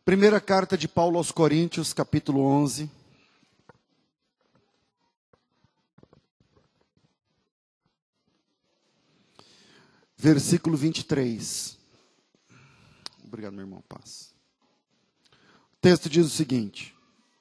Primeira carta de Paulo aos Coríntios, capítulo 11. Versículo 23. Obrigado, meu irmão, paz. O texto diz o seguinte: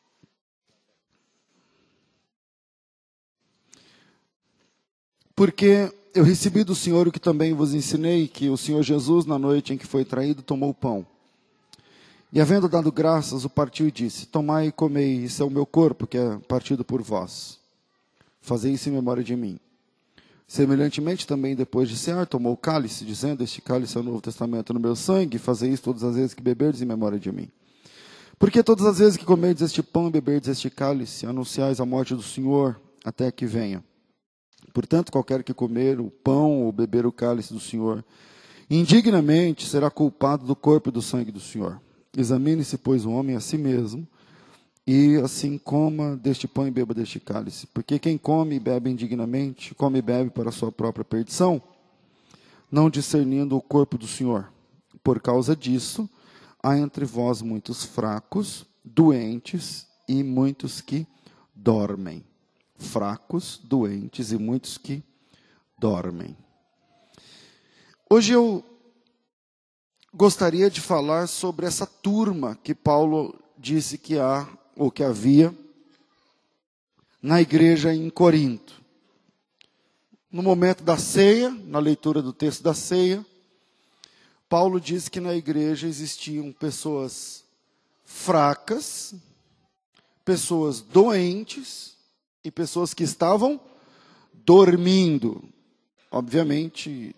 porque eu recebi do Senhor o que também vos ensinei, que o Senhor Jesus, na noite em que foi traído, tomou o pão. E havendo dado graças, o partiu e disse: tomai e comei, isso é o meu corpo, que é partido por vós. Fazei isso em memória de mim. Semelhantemente, também depois de cear, tomou o cálice, dizendo: este cálice é o Novo Testamento no meu sangue, fazei isso todas as vezes que beberdes em memória de mim. Porque todas as vezes que comerdes este pão e beberdes este cálice, anunciais a morte do Senhor, até que venha. Portanto, qualquer que comer o pão ou beber o cálice do Senhor, indignamente será culpado do corpo e do sangue do Senhor. Examine-se, pois, o homem a si mesmo, e assim coma deste pão e beba deste cálice. Porque quem come e bebe indignamente, come e bebe para a sua própria perdição, não discernindo o corpo do Senhor. Por causa disso, há entre vós muitos fracos, doentes e muitos que dormem. Fracos, doentes e muitos que dormem. Hoje eu gostaria de falar sobre essa turma que Paulo disse que há, ou que havia, na igreja em Corinto. No momento da ceia, na leitura do texto da ceia, Paulo diz que na igreja existiam pessoas fracas, pessoas doentes e pessoas que estavam dormindo. Obviamente,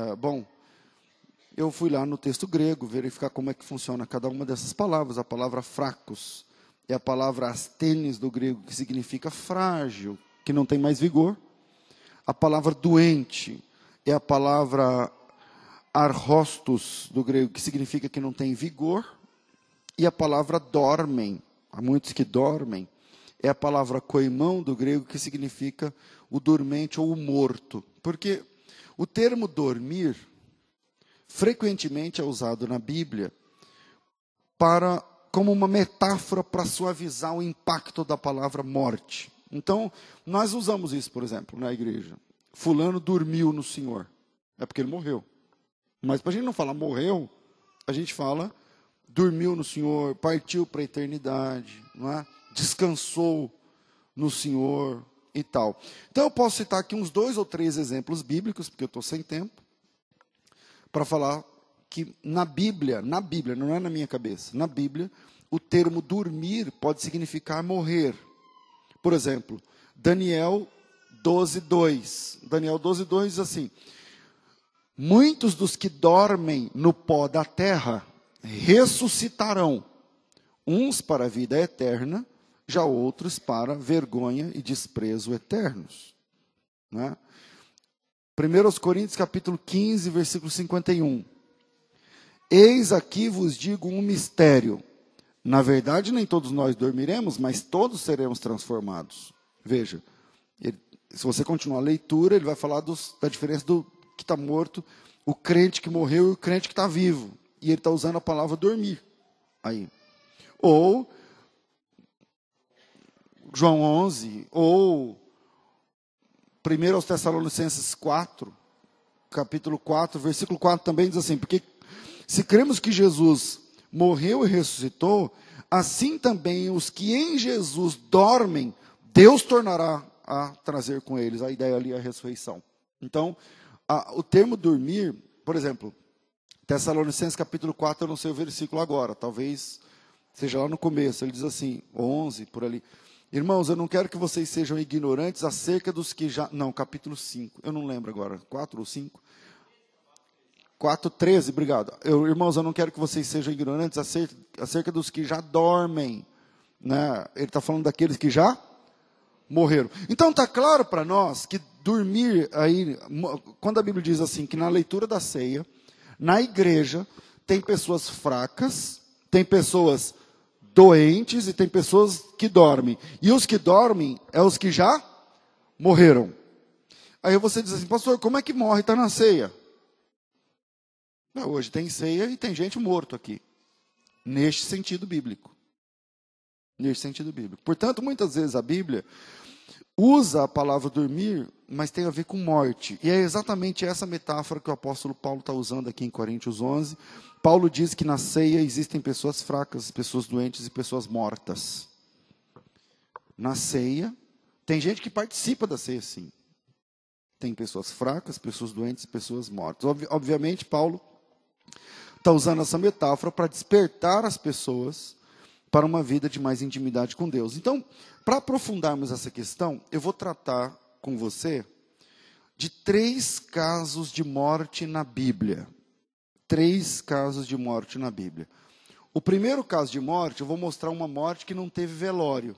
eu fui lá no texto grego verificar como é que funciona cada uma dessas palavras. A palavra fracos é a palavra asthenes do grego, que significa frágil, que não tem mais vigor. A palavra doente é a palavra arrostos do grego, que significa que não tem vigor. E a palavra dormem, há muitos que dormem, é a palavra koimão do grego, que significa o dormente ou o morto. Porque o termo dormir frequentemente é usado na Bíblia como uma metáfora para suavizar o impacto da palavra morte. Então, nós usamos isso, por exemplo, na igreja. Fulano dormiu no Senhor. É porque ele morreu. Mas para a gente não falar morreu, a gente fala dormiu no Senhor, partiu para a eternidade, não é? Descansou no Senhor e tal. Então, eu posso citar aqui uns 2 ou 3 exemplos bíblicos, porque eu estou sem tempo, para falar que na Bíblia, não é na minha cabeça, na Bíblia, o termo dormir pode significar morrer. Por exemplo, Daniel 12:2. Daniel 12:2 diz assim: muitos dos que dormem no pó da terra ressuscitarão, uns para a vida eterna, já outros para vergonha e desprezo eternos. Né? 1 Coríntios capítulo 15, versículo 51. Eis aqui vos digo um mistério. Na verdade, nem todos nós dormiremos, mas todos seremos transformados. Veja, se você continuar a leitura, ele vai falar da diferença do que está morto, o crente que morreu e o crente que está vivo. E ele está usando a palavra dormir. Aí. Ou João 11, ou 1 aos Tessalonicenses 4, capítulo 4, versículo 4 também diz assim: porque se cremos que Jesus morreu e ressuscitou, assim também os que em Jesus dormem, Deus tornará a trazer com eles. A ideia ali é a ressurreição. Então, o termo dormir, por exemplo, Tessalonicenses capítulo 4, eu não sei o versículo agora, talvez seja lá no começo, ele diz assim, 11, por ali. Irmãos, eu não quero que vocês sejam ignorantes acerca dos que já... Não, capítulo 5, eu não lembro agora, 4 ou 5? 4:13, obrigado. Irmãos, eu não quero que vocês sejam ignorantes acerca dos que já dormem. Né? Ele está falando daqueles que já morreram. Então está claro para nós que dormir, aí, quando a Bíblia diz assim, que na leitura da ceia, na igreja, tem pessoas fracas, tem pessoas doentes e tem pessoas que dormem. E os que dormem é os que já morreram. Aí você diz assim, pastor, como é que morre? Está na ceia. Hoje tem ceia e tem gente morto aqui. neste sentido bíblico. Neste sentido bíblico. Portanto, muitas vezes a Bíblia usa a palavra dormir, mas tem a ver com morte. E é exatamente essa metáfora que o apóstolo Paulo está usando aqui em Coríntios 11. Paulo diz que na ceia existem pessoas fracas, pessoas doentes e pessoas mortas. Na ceia, tem gente que participa da ceia, sim. Tem pessoas fracas, pessoas doentes e pessoas mortas. Obviamente, Paulo está usando essa metáfora para despertar as pessoas para uma vida de mais intimidade com Deus. Então, para aprofundarmos essa questão, eu vou tratar com você de 3 casos de morte na Bíblia. 3 casos de morte na Bíblia. O primeiro caso de morte, eu vou mostrar uma morte que não teve velório.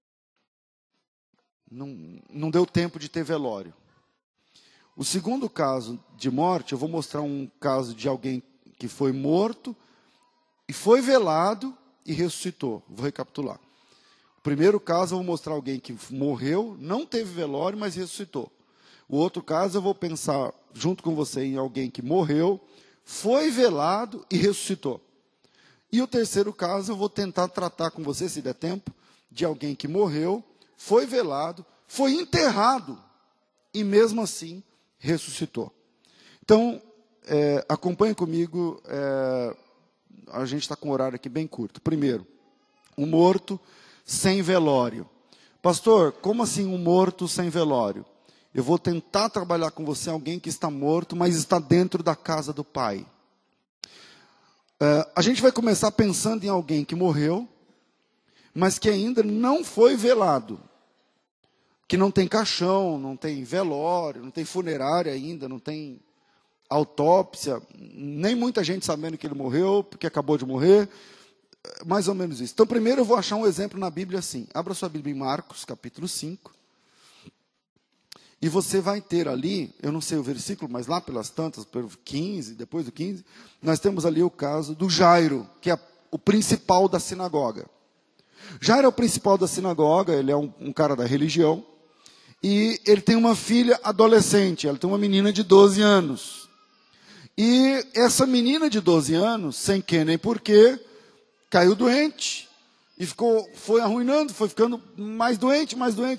Não deu tempo de ter velório. O segundo caso de morte, eu vou mostrar um caso de alguém que foi morto e foi velado e ressuscitou. Vou recapitular. O primeiro caso, eu vou mostrar alguém que morreu, não teve velório, mas ressuscitou. O outro caso, eu vou pensar junto com você em alguém que morreu, foi velado e ressuscitou. E o terceiro caso, eu vou tentar tratar com você, se der tempo, de alguém que morreu, foi velado, foi enterrado e mesmo assim ressuscitou. Então, acompanhe comigo, a gente está com um horário aqui bem curto. Primeiro, um morto sem velório. Pastor, como assim um morto sem velório? Eu vou tentar trabalhar com você alguém que está morto, mas está dentro da casa do Pai. A gente vai começar pensando em alguém que morreu, mas que ainda não foi velado. Que não tem caixão, não tem velório, não tem funerária ainda, não tem autópsia, nem muita gente sabendo que ele morreu, porque acabou de morrer, mais ou menos isso. Então, primeiro eu vou achar um exemplo na Bíblia assim. Abra sua Bíblia em Marcos, capítulo 5. E você vai ter ali, eu não sei o versículo, mas lá pelas tantas, pelo 15, depois do 15, nós temos ali o caso do Jairo, que é o principal da sinagoga. Jairo é o principal da sinagoga, ele é um cara da religião, e ele tem uma filha adolescente, ela tem uma menina de 12 anos. E essa menina de 12 anos, sem que nem porquê, caiu doente. E foi arruinando, foi ficando mais doente,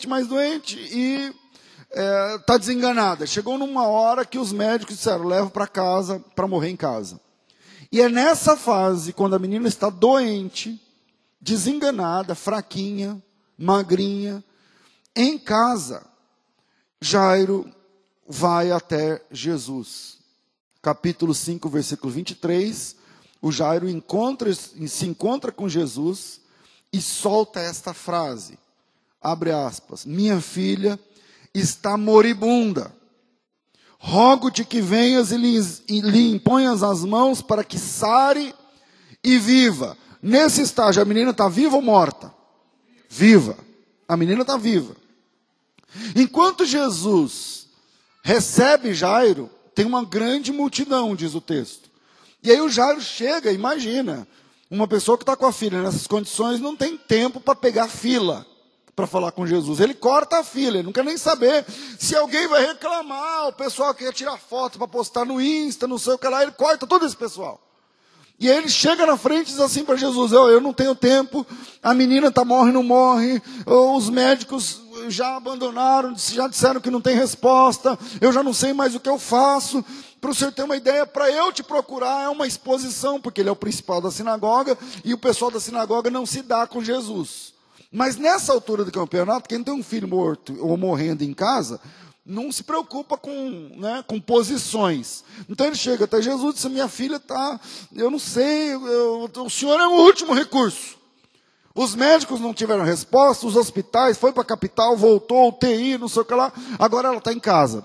e está desenganada. Chegou numa hora que os médicos disseram, leva para casa, para morrer em casa. E é nessa fase, quando a menina está doente, desenganada, fraquinha, magrinha, em casa, Jairo vai até Jesus. Capítulo 5, versículo 23, o Jairo se encontra com Jesus e solta esta frase, abre aspas, minha filha está moribunda, rogo-te que venhas e lhe imponhas as mãos para que sare e viva. Nesse estágio, a menina está viva ou morta? Viva. A menina está viva. Enquanto Jesus recebe Jairo, tem uma grande multidão, diz o texto. E aí o Jairo chega, imagina, uma pessoa que está com a filha nessas condições não tem tempo para pegar fila para falar com Jesus. Ele corta a fila, ele não quer nem saber se alguém vai reclamar, o pessoal que quer tirar foto para postar no Insta, não sei o que lá, ele corta todo esse pessoal. E aí ele chega na frente e diz assim para Jesus, eu não tenho tempo, a menina morre, não morre, os médicos já abandonaram, já disseram que não tem resposta, eu já não sei mais o que eu faço. Para o senhor ter uma ideia, para eu te procurar é uma exposição, porque ele é o principal da sinagoga, e o pessoal da sinagoga não se dá com Jesus. Mas nessa altura do campeonato, quem tem um filho morto ou morrendo em casa, não se preocupa com posições. Então ele chega até Jesus e diz, minha filha está, eu não sei, o senhor é o último recurso. Os médicos não tiveram resposta, os hospitais, foi para a capital, voltou, UTI, não sei o que lá, agora ela está em casa.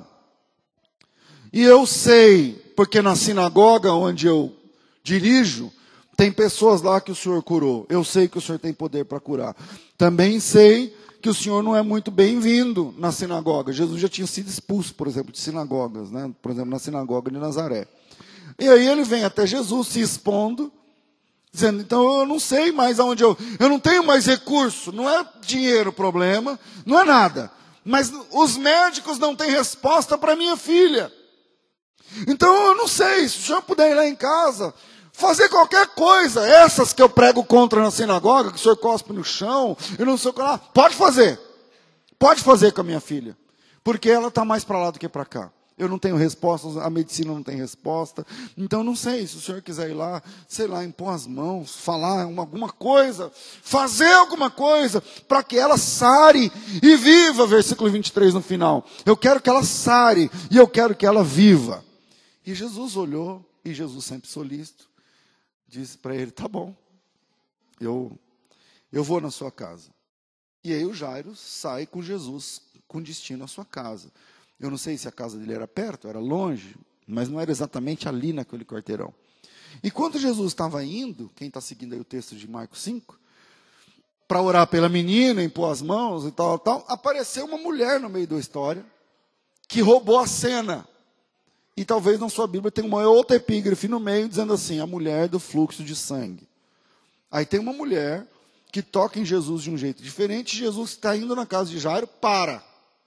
E eu sei, porque na sinagoga onde eu dirijo, tem pessoas lá que o senhor curou. Eu sei que o senhor tem poder para curar. Também sei que o senhor não é muito bem-vindo na sinagoga. Jesus já tinha sido expulso, por exemplo, de sinagogas, né? Por exemplo, na sinagoga de Nazaré. E aí ele vem até Jesus se expondo, dizendo, então eu não sei mais aonde eu não tenho mais recurso, não é dinheiro o problema, não é nada. Mas os médicos não têm resposta para minha filha. Então eu não sei, se o senhor puder ir lá em casa, Fazer qualquer coisa, essas que eu prego contra na sinagoga, que o senhor cospe no chão, e não sei o que lá, pode fazer com a minha filha, porque ela está mais para lá do que para cá. Eu não tenho respostas, a medicina não tem resposta, então não sei, se o senhor quiser ir lá, sei lá, impor as mãos, falar alguma coisa, fazer alguma coisa, para que ela sare e viva, versículo 23 no final. Eu quero que ela sare, e eu quero que ela viva. E Jesus olhou, e Jesus sempre solícito, disse para ele, tá bom, eu vou na sua casa. E aí o Jairo sai com Jesus, com destino à sua casa. Eu não sei se a casa dele era perto, era longe, mas não era exatamente ali naquele quarteirão. E quando Jesus estava indo, quem está seguindo aí o texto de Marcos 5, para orar pela menina, impor as mãos e tal, apareceu uma mulher no meio da história, que roubou a cena. E talvez na sua Bíblia tenha uma outra epígrafe no meio, dizendo assim, a mulher do fluxo de sangue. Aí tem uma mulher que toca em Jesus de um jeito diferente, Jesus está indo na casa de Jairo, para.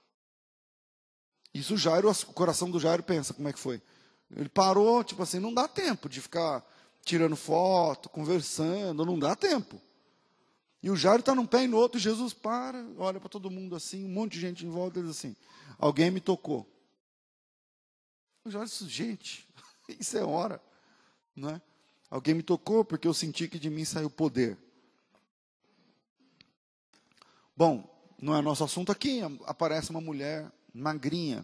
Isso o coração do Jairo pensa, como é que foi? Ele parou, tipo assim, não dá tempo de ficar tirando foto, conversando, não dá tempo. E o Jairo está num pé e no outro, e Jesus para, olha para todo mundo assim, um monte de gente em volta, e diz assim, alguém me tocou. O Jairo disse, gente, isso é hora, não é? Alguém me tocou porque eu senti que de mim saiu poder. Bom, não é nosso assunto aqui, aparece uma mulher magrinha,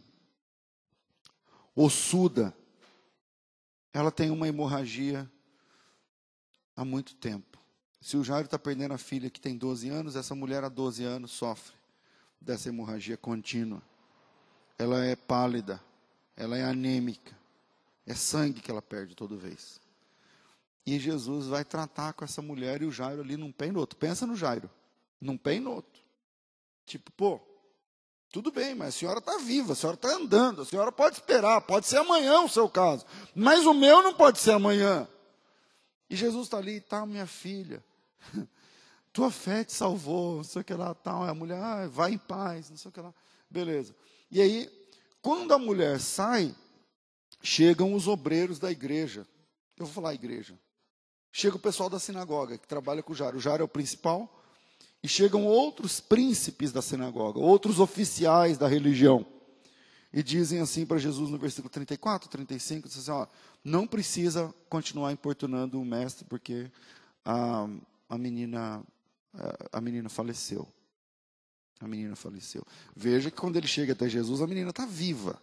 ossuda, ela tem uma hemorragia há muito tempo. Se o Jairo está perdendo a filha que tem 12 anos, essa mulher há 12 anos sofre dessa hemorragia contínua. Ela é pálida, ela é anêmica, é sangue que ela perde toda vez. E Jesus vai tratar com essa mulher e o Jairo ali num pé e no outro. Pensa no Jairo, num pé e no outro. Tipo, pô, tudo bem, mas a senhora está viva, a senhora está andando, a senhora pode esperar, pode ser amanhã o seu caso, mas o meu não pode ser amanhã. E Jesus está ali, tá, minha filha, tua fé te salvou, não sei o que lá, tal. A mulher, vai em paz, não sei o que lá, beleza. E aí, quando a mulher sai, chegam os obreiros da igreja. Eu vou falar igreja. Chega o pessoal da sinagoga, que trabalha com o Jairo. O Jairo é o principal. E chegam outros príncipes da sinagoga, outros oficiais da religião. E dizem assim para Jesus no versículo 34, 35, dizem assim, ó, não precisa continuar importunando o mestre, porque a menina faleceu. A menina faleceu. Veja que quando ele chega até Jesus, a menina está viva.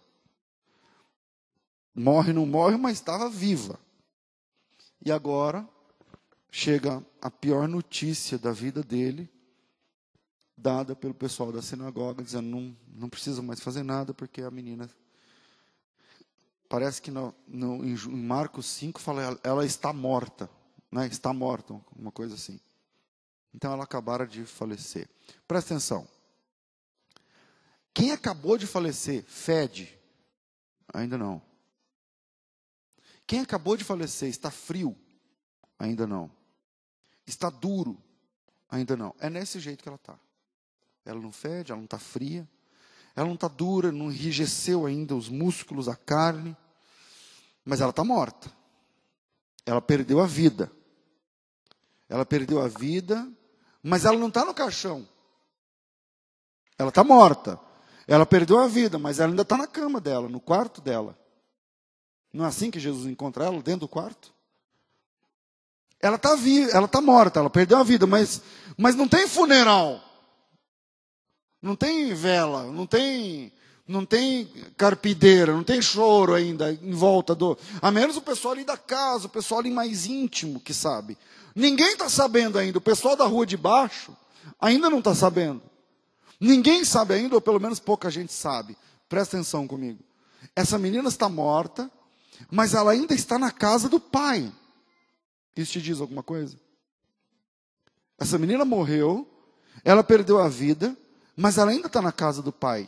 Morre, não morre, mas estava viva. E agora chega a pior notícia da vida dele, dada pelo pessoal da sinagoga, dizendo, não precisa mais fazer nada, porque a menina, parece que em Marcos 5 fala, ela está morta, né? Está morta, uma coisa assim. Então ela acabara de falecer. Presta atenção. Quem acabou de falecer, fede? Ainda não. Quem acabou de falecer, está frio? Ainda não. Está duro? Ainda não. É nesse jeito que ela está. Ela não fede, ela não está fria, ela não está dura, não enrijeceu ainda os músculos, a carne, mas ela está morta. Ela perdeu a vida. Ela perdeu a vida, mas ela não está no caixão. Ela está morta. Ela perdeu a vida, mas ela ainda está na cama dela, no quarto dela. Não é assim que Jesus encontra ela, dentro do quarto? Ela está viva, ela está morta, ela perdeu a vida, mas não tem funeral. Não tem vela, não tem carpideira, não tem choro ainda em volta do... A menos o pessoal ali da casa, o pessoal ali mais íntimo que sabe. Ninguém está sabendo ainda, o pessoal da rua de baixo ainda não está sabendo. Ninguém sabe ainda, ou pelo menos pouca gente sabe. Presta atenção comigo. Essa menina está morta, mas ela ainda está na casa do pai. Isso te diz alguma coisa? Essa menina morreu, ela perdeu a vida, mas ela ainda está na casa do pai.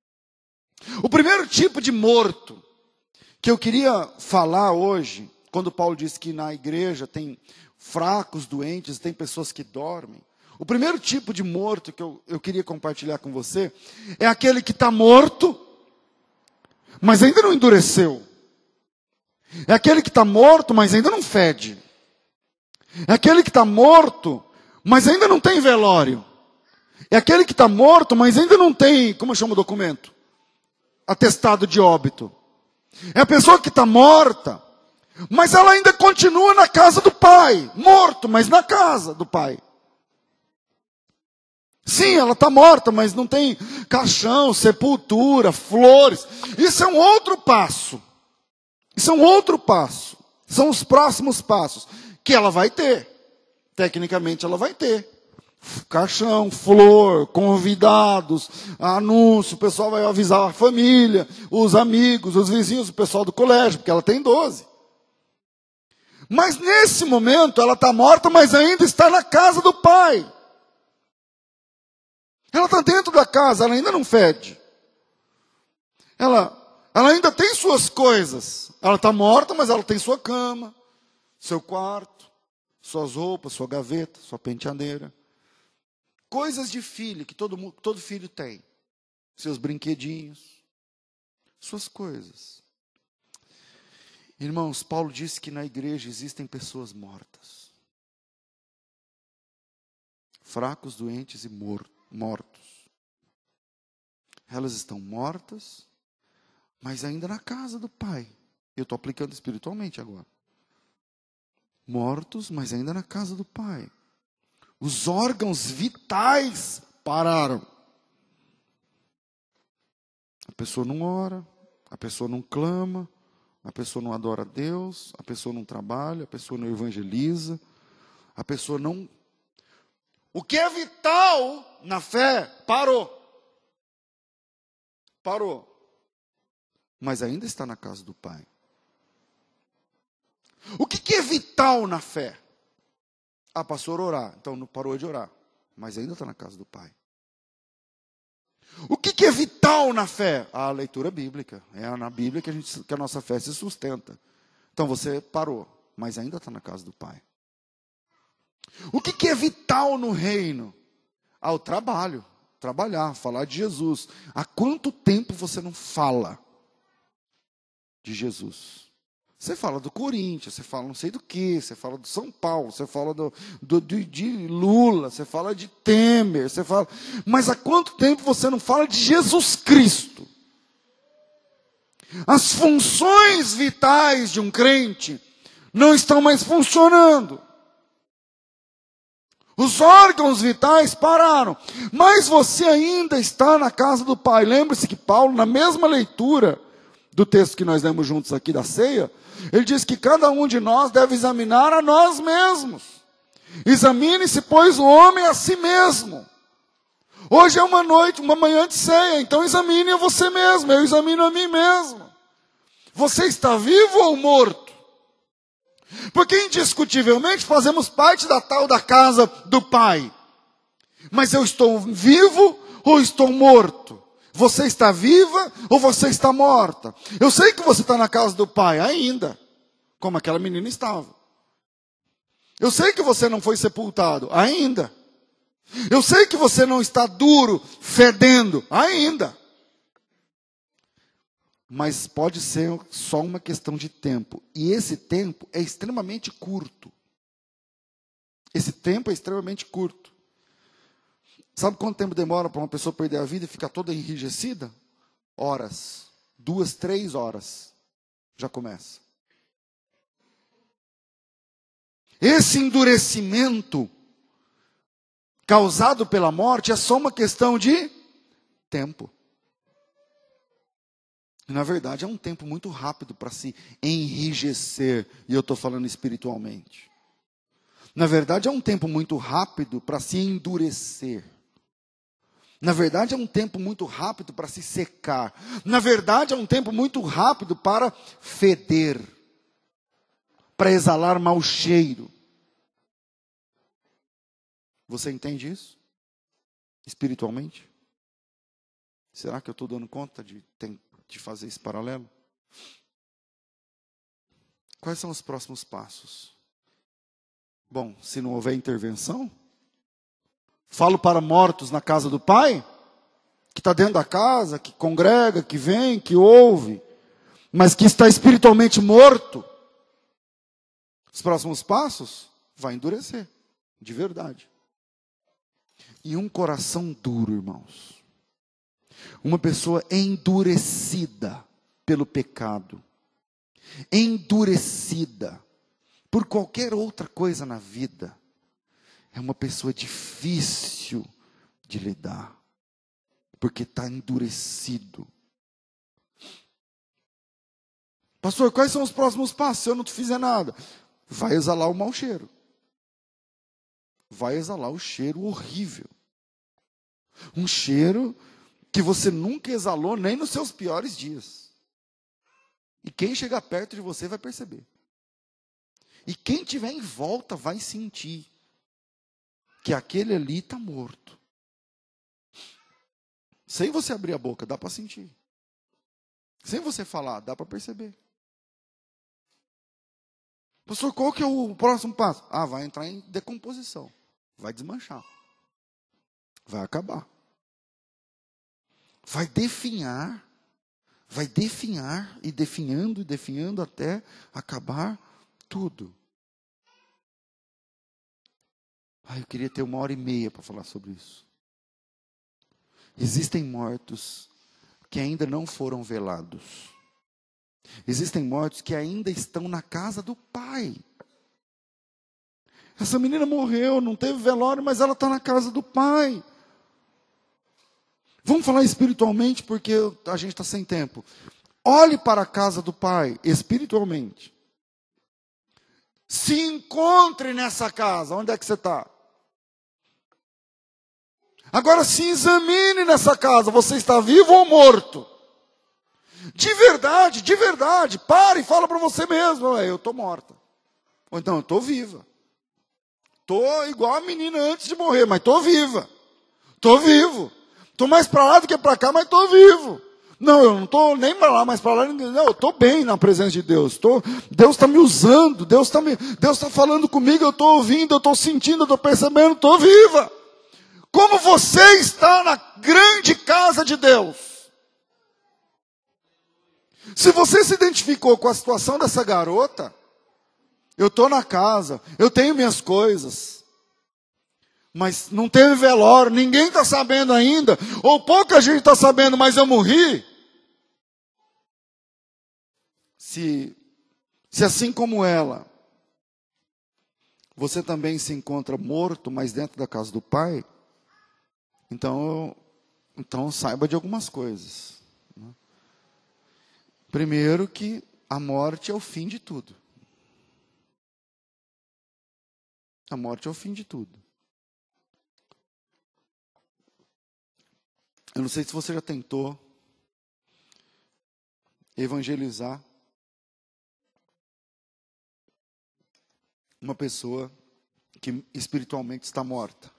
O primeiro tipo de morto que eu queria falar hoje, quando Paulo disse que na igreja tem fracos, doentes, tem pessoas que dormem. O primeiro tipo de morto que eu queria compartilhar com você é aquele que está morto, mas ainda não endureceu. É aquele que está morto, mas ainda não fede. É aquele que está morto, mas ainda não tem velório. É aquele que está morto, mas ainda não tem, como chama o documento? Atestado de óbito. É a pessoa que está morta, mas ela ainda continua na casa do pai. Morto, mas na casa do pai. Sim, ela está morta, mas não tem caixão, sepultura, flores. Isso é um outro passo. Isso é um outro passo. São os próximos passos que ela vai ter. Tecnicamente ela vai ter. Caixão, flor, convidados, anúncio, o pessoal vai avisar a família, os amigos, os vizinhos, o pessoal do colégio, porque ela tem 12. Mas nesse momento ela está morta, mas ainda está na casa do pai. Ela está dentro da casa, ela ainda não fede. Ela ainda tem suas coisas. Ela está morta, mas ela tem sua cama, seu quarto, suas roupas, sua gaveta, sua penteadeira. Coisas de filho, que todo filho tem. Seus brinquedinhos, suas coisas. Irmãos, Paulo disse que na igreja existem pessoas mortas. Fracos, doentes e mortos. Elas estão mortas, mas ainda na casa do Pai. Eu estou aplicando espiritualmente agora. Mortos, mas ainda na casa do Pai. Os órgãos vitais pararam. A pessoa não ora, a pessoa não clama, a pessoa não adora a Deus, a pessoa não trabalha, a pessoa não evangeliza, a pessoa não... O que é vital na fé, parou. Parou. Mas ainda está na casa do Pai. O que é vital na fé? Ah, pastor, orar. Então não parou de orar. Mas ainda está na casa do Pai. O que é vital na fé? A leitura bíblica. É na Bíblia que a nossa fé se sustenta. Então você parou. Mas ainda está na casa do Pai. O que é vital no reino? Ah, o trabalho. Trabalhar, falar de Jesus. Há quanto tempo você não fala de Jesus? Você fala do Corinthians, você fala não sei do que, você fala do São Paulo, você fala de Lula, você fala de Temer, você fala... Mas há quanto tempo você não fala de Jesus Cristo? As funções vitais de um crente não estão mais funcionando. Os órgãos vitais pararam, mas você ainda está na casa do Pai. Lembre-se que Paulo, na mesma leitura do texto que nós lemos juntos aqui da ceia, ele diz que cada um de nós deve examinar a nós mesmos. Examine-se, pois, o homem a si mesmo. Hoje é uma manhã de ceia, então examine a você mesmo, eu examino a mim mesmo. Você está vivo ou morto? Porque indiscutivelmente fazemos parte da tal da casa do Pai. Mas eu estou vivo ou estou morto? Você está viva ou você está morta? Eu sei que você está na casa do Pai ainda, como aquela menina estava. Eu sei que você não foi sepultado ainda. Eu sei que você não está duro, fedendo ainda. Mas pode ser só uma questão de tempo. E esse tempo é extremamente curto. Esse tempo é extremamente curto. Sabe quanto tempo demora para uma pessoa perder a vida e ficar toda enrijecida? Horas. 2, 3 horas. Já começa. Esse endurecimento causado pela morte é só uma questão de tempo. Na verdade, é um tempo muito rápido para se enrijecer. E eu estou falando espiritualmente. Na verdade, é um tempo muito rápido para se endurecer. Na verdade, é um tempo muito rápido para se secar. Na verdade, é um tempo muito rápido para feder. Para exalar mau cheiro. Você entende isso? Espiritualmente? Será que eu estou dando conta de fazer esse paralelo? Quais são os próximos passos? Bom, se não houver intervenção, falo para mortos na casa do Pai, que está dentro da casa, que congrega, que vem, que ouve, mas que está espiritualmente morto. Os próximos passos vai endurecer, de verdade. E um coração duro, irmãos. Uma pessoa endurecida pelo pecado, endurecida por qualquer outra coisa na vida, é uma pessoa difícil de lidar, porque está endurecido. Pastor, quais são os próximos passos se eu não fizer nada? Vai exalar o mau cheiro. Vai exalar o cheiro horrível. Um cheiro que você nunca exalou nem nos seus piores dias. E quem chegar perto de você vai perceber. E quem estiver em volta vai sentir que aquele ali está morto. Sem você abrir a boca, dá para sentir. Sem você falar, dá para perceber. Pastor, qual que é o próximo passo? Vai entrar em decomposição. Vai desmanchar. Vai acabar. Vai definhar. Vai definhar e definhando até acabar tudo. Eu queria ter 1h30 para falar sobre isso. Existem mortos que ainda não foram velados. Existem mortos que ainda estão na casa do Pai. Essa menina morreu, não teve velório, mas ela está na casa do Pai. Vamos falar espiritualmente, porque a gente está sem tempo. Olhe para a casa do Pai, espiritualmente. Se encontre nessa casa. Onde é que você está? Agora se examine nessa casa. Você está vivo ou morto? De verdade. Pare e fala para você mesmo. Eu estou morta. Ou então, eu estou viva. Estou igual a menina antes de morrer, mas estou viva. Estou vivo. Estou mais para lá do que para cá, mas estou vivo. Não, eu não estou nem para lá, mais para lá. Não, eu estou bem na presença de Deus. Deus está me usando. Deus está falando comigo. Eu estou ouvindo, eu estou sentindo, eu estou percebendo. Estou viva. Como você está na grande casa de Deus. Se você se identificou com a situação dessa garota, eu estou na casa, eu tenho minhas coisas, mas não teve velório, ninguém está sabendo ainda, ou pouca gente está sabendo, mas eu morri. Se assim como ela, você também se encontra morto, mas dentro da casa do Pai, então saiba de algumas coisas. Primeiro que a morte é o fim de tudo. A morte é o fim de tudo. Eu não sei se você já tentou evangelizar uma pessoa que espiritualmente está morta,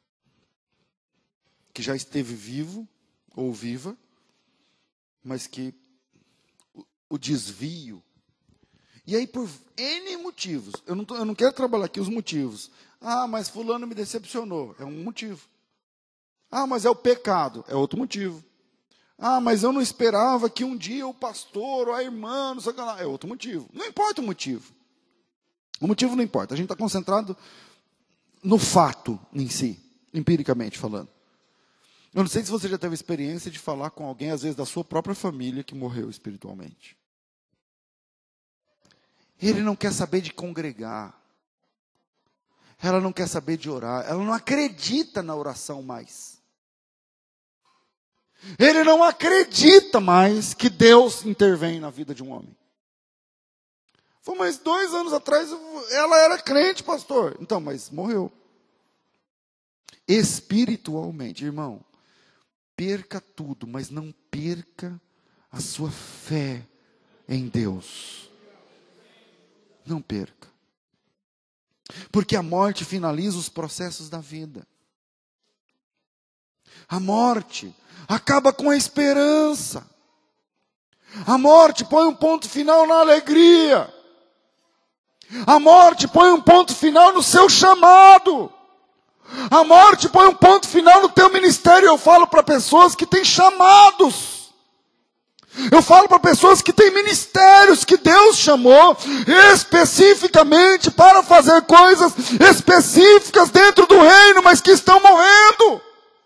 que já esteve vivo ou viva, mas que o desvio, e aí por N motivos, eu não quero trabalhar aqui os motivos. Mas fulano me decepcionou, é um motivo. Mas é o pecado, é outro motivo. Mas eu não esperava que um dia o pastor ou a irmã, não sei o que lá, é outro motivo. Não importa o motivo. O motivo não importa, a gente está concentrado no fato em si, empiricamente falando. Eu não sei se você já teve experiência de falar com alguém, às vezes da sua própria família, que morreu espiritualmente. Ele não quer saber de congregar. Ela não quer saber de orar. Ela não acredita na oração mais. Ele não acredita mais que Deus intervém na vida de um homem. Mas 2 anos atrás ela era crente, pastor. Então, mas morreu. Espiritualmente, irmão, perca tudo, mas não perca a sua fé em Deus. Não perca. Porque a morte finaliza os processos da vida. A morte acaba com a esperança. A morte põe um ponto final na alegria. A morte põe um ponto final no seu chamado. A morte põe um ponto final no teu ministério. Eu falo para pessoas que têm chamados. Eu falo para pessoas que têm ministérios que Deus chamou especificamente para fazer coisas específicas dentro do reino, mas que estão morrendo.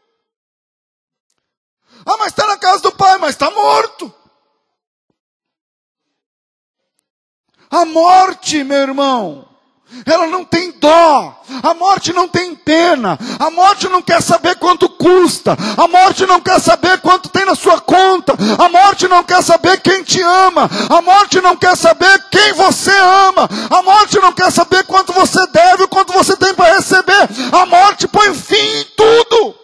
Ah, mas está na casa do Pai, mas está morto. A morte, meu irmão, ela não tem dó, a morte não tem pena, a morte não quer saber quanto custa, a morte não quer saber quanto tem na sua conta, a morte não quer saber quem te ama, a morte não quer saber quem você ama, a morte não quer saber quanto você deve, quanto você tem para receber, a morte põe fim em tudo.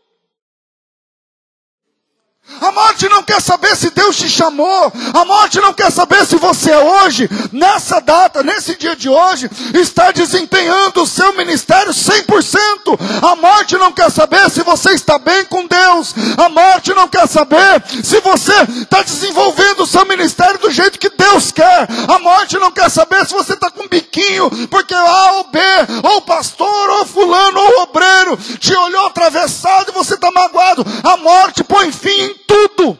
A morte não quer saber se Deus te chamou. A morte não quer saber se você hoje, nessa data, nesse dia de hoje, está desempenhando o seu ministério 100%. A morte não quer saber se você está bem com Deus. A morte não quer saber se você está desenvolvendo o seu ministério do jeito que Deus quer. A morte não quer saber se você está com biquinho, porque A ou B, ou o pastor, ou fulano, ou o obreiro, te olhou atravessado e você está magoado. A morte põe fim em tudo.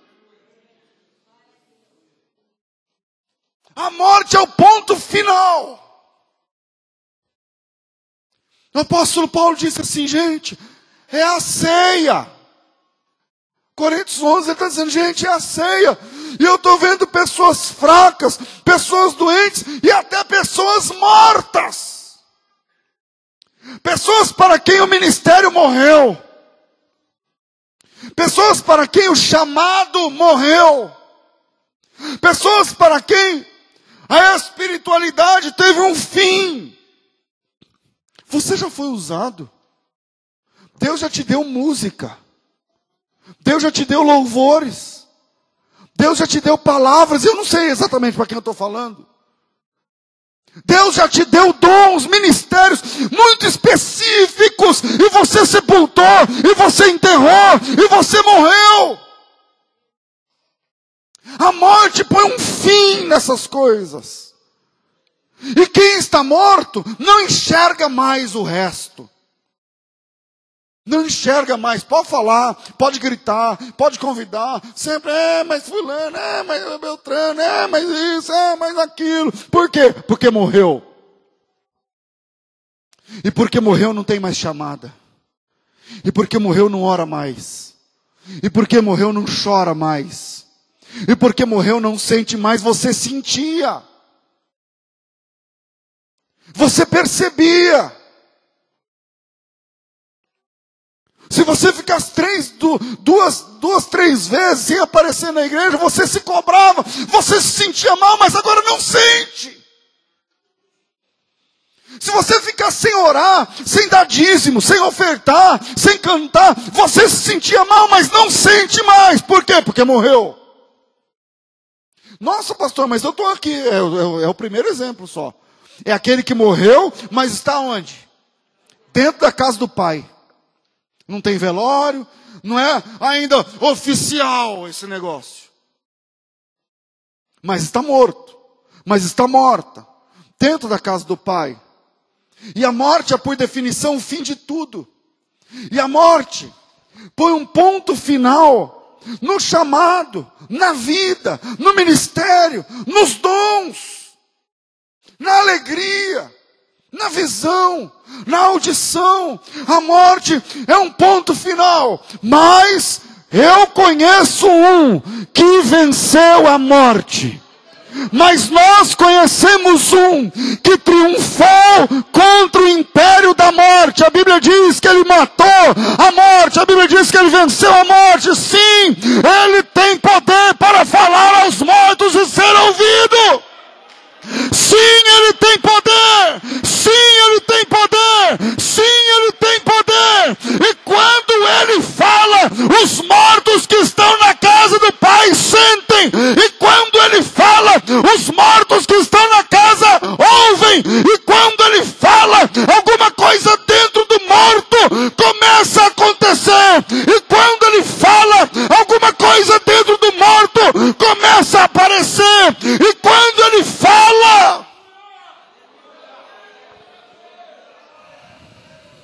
A morte é o ponto final. O apóstolo Paulo disse assim, gente, é a ceia. Coríntios 11, ele está dizendo, gente, é a ceia. E eu estou vendo pessoas fracas, pessoas doentes e até pessoas mortas. Pessoas para quem o ministério morreu. Pessoas para quem o chamado morreu. Pessoas para quem a espiritualidade teve um fim. Você já foi usado. Deus já te deu música. Deus já te deu louvores. Deus já te deu palavras. Eu não sei exatamente para quem eu estou falando. Deus já te deu dons, ministérios muito específicos, e você sepultou, e você enterrou, e você morreu. A morte põe um fim nessas coisas. E quem está morto não enxerga mais o resto. Não enxerga mais, pode falar, pode gritar, pode convidar, sempre, mas fulano, mas Beltrano, mas isso, mas aquilo. Por quê? Porque morreu. E porque morreu não tem mais chamada. E porque morreu não ora mais. E porque morreu não chora mais. E porque morreu não sente mais, você sentia. Você percebia. Se você ficasse duas, três vezes sem aparecer na igreja, você se cobrava, você se sentia mal, mas agora não sente. Se você ficar sem orar, sem dar dízimo, sem ofertar, sem cantar, você se sentia mal, mas não sente mais. Por quê? Porque morreu. Nossa, pastor, mas eu estou aqui. É o primeiro exemplo só. É aquele que morreu, mas está onde? Dentro da casa do Pai. Não tem velório, não é ainda oficial esse negócio. Mas está morto, mas está morta, dentro da casa do Pai. E a morte é, por definição, o fim de tudo. E a morte põe um ponto final no chamado, na vida, no ministério, nos dons, na alegria, na visão, na audição. A morte é um ponto final. Mas eu conheço um que venceu a morte. Mas nós conhecemos um que triunfou contra o império da morte. A Bíblia diz que ele matou a morte. A Bíblia diz que ele venceu a morte. Sim, ele tem poder para falar aos mortos e ser ouvido. Sim, ele tem poder. Sim, ele tem poder. Sim, ele tem poder. E quando ele fala, os mortos que estão na casa do Pai sentem. E quando ele fala, os mortos que estão na casa ouvem. E quando ele fala, alguma coisa dentro do morto começa a acontecer. E quando ele fala, alguma coisa dentro do morto começa a aparecer. E quando ele fala,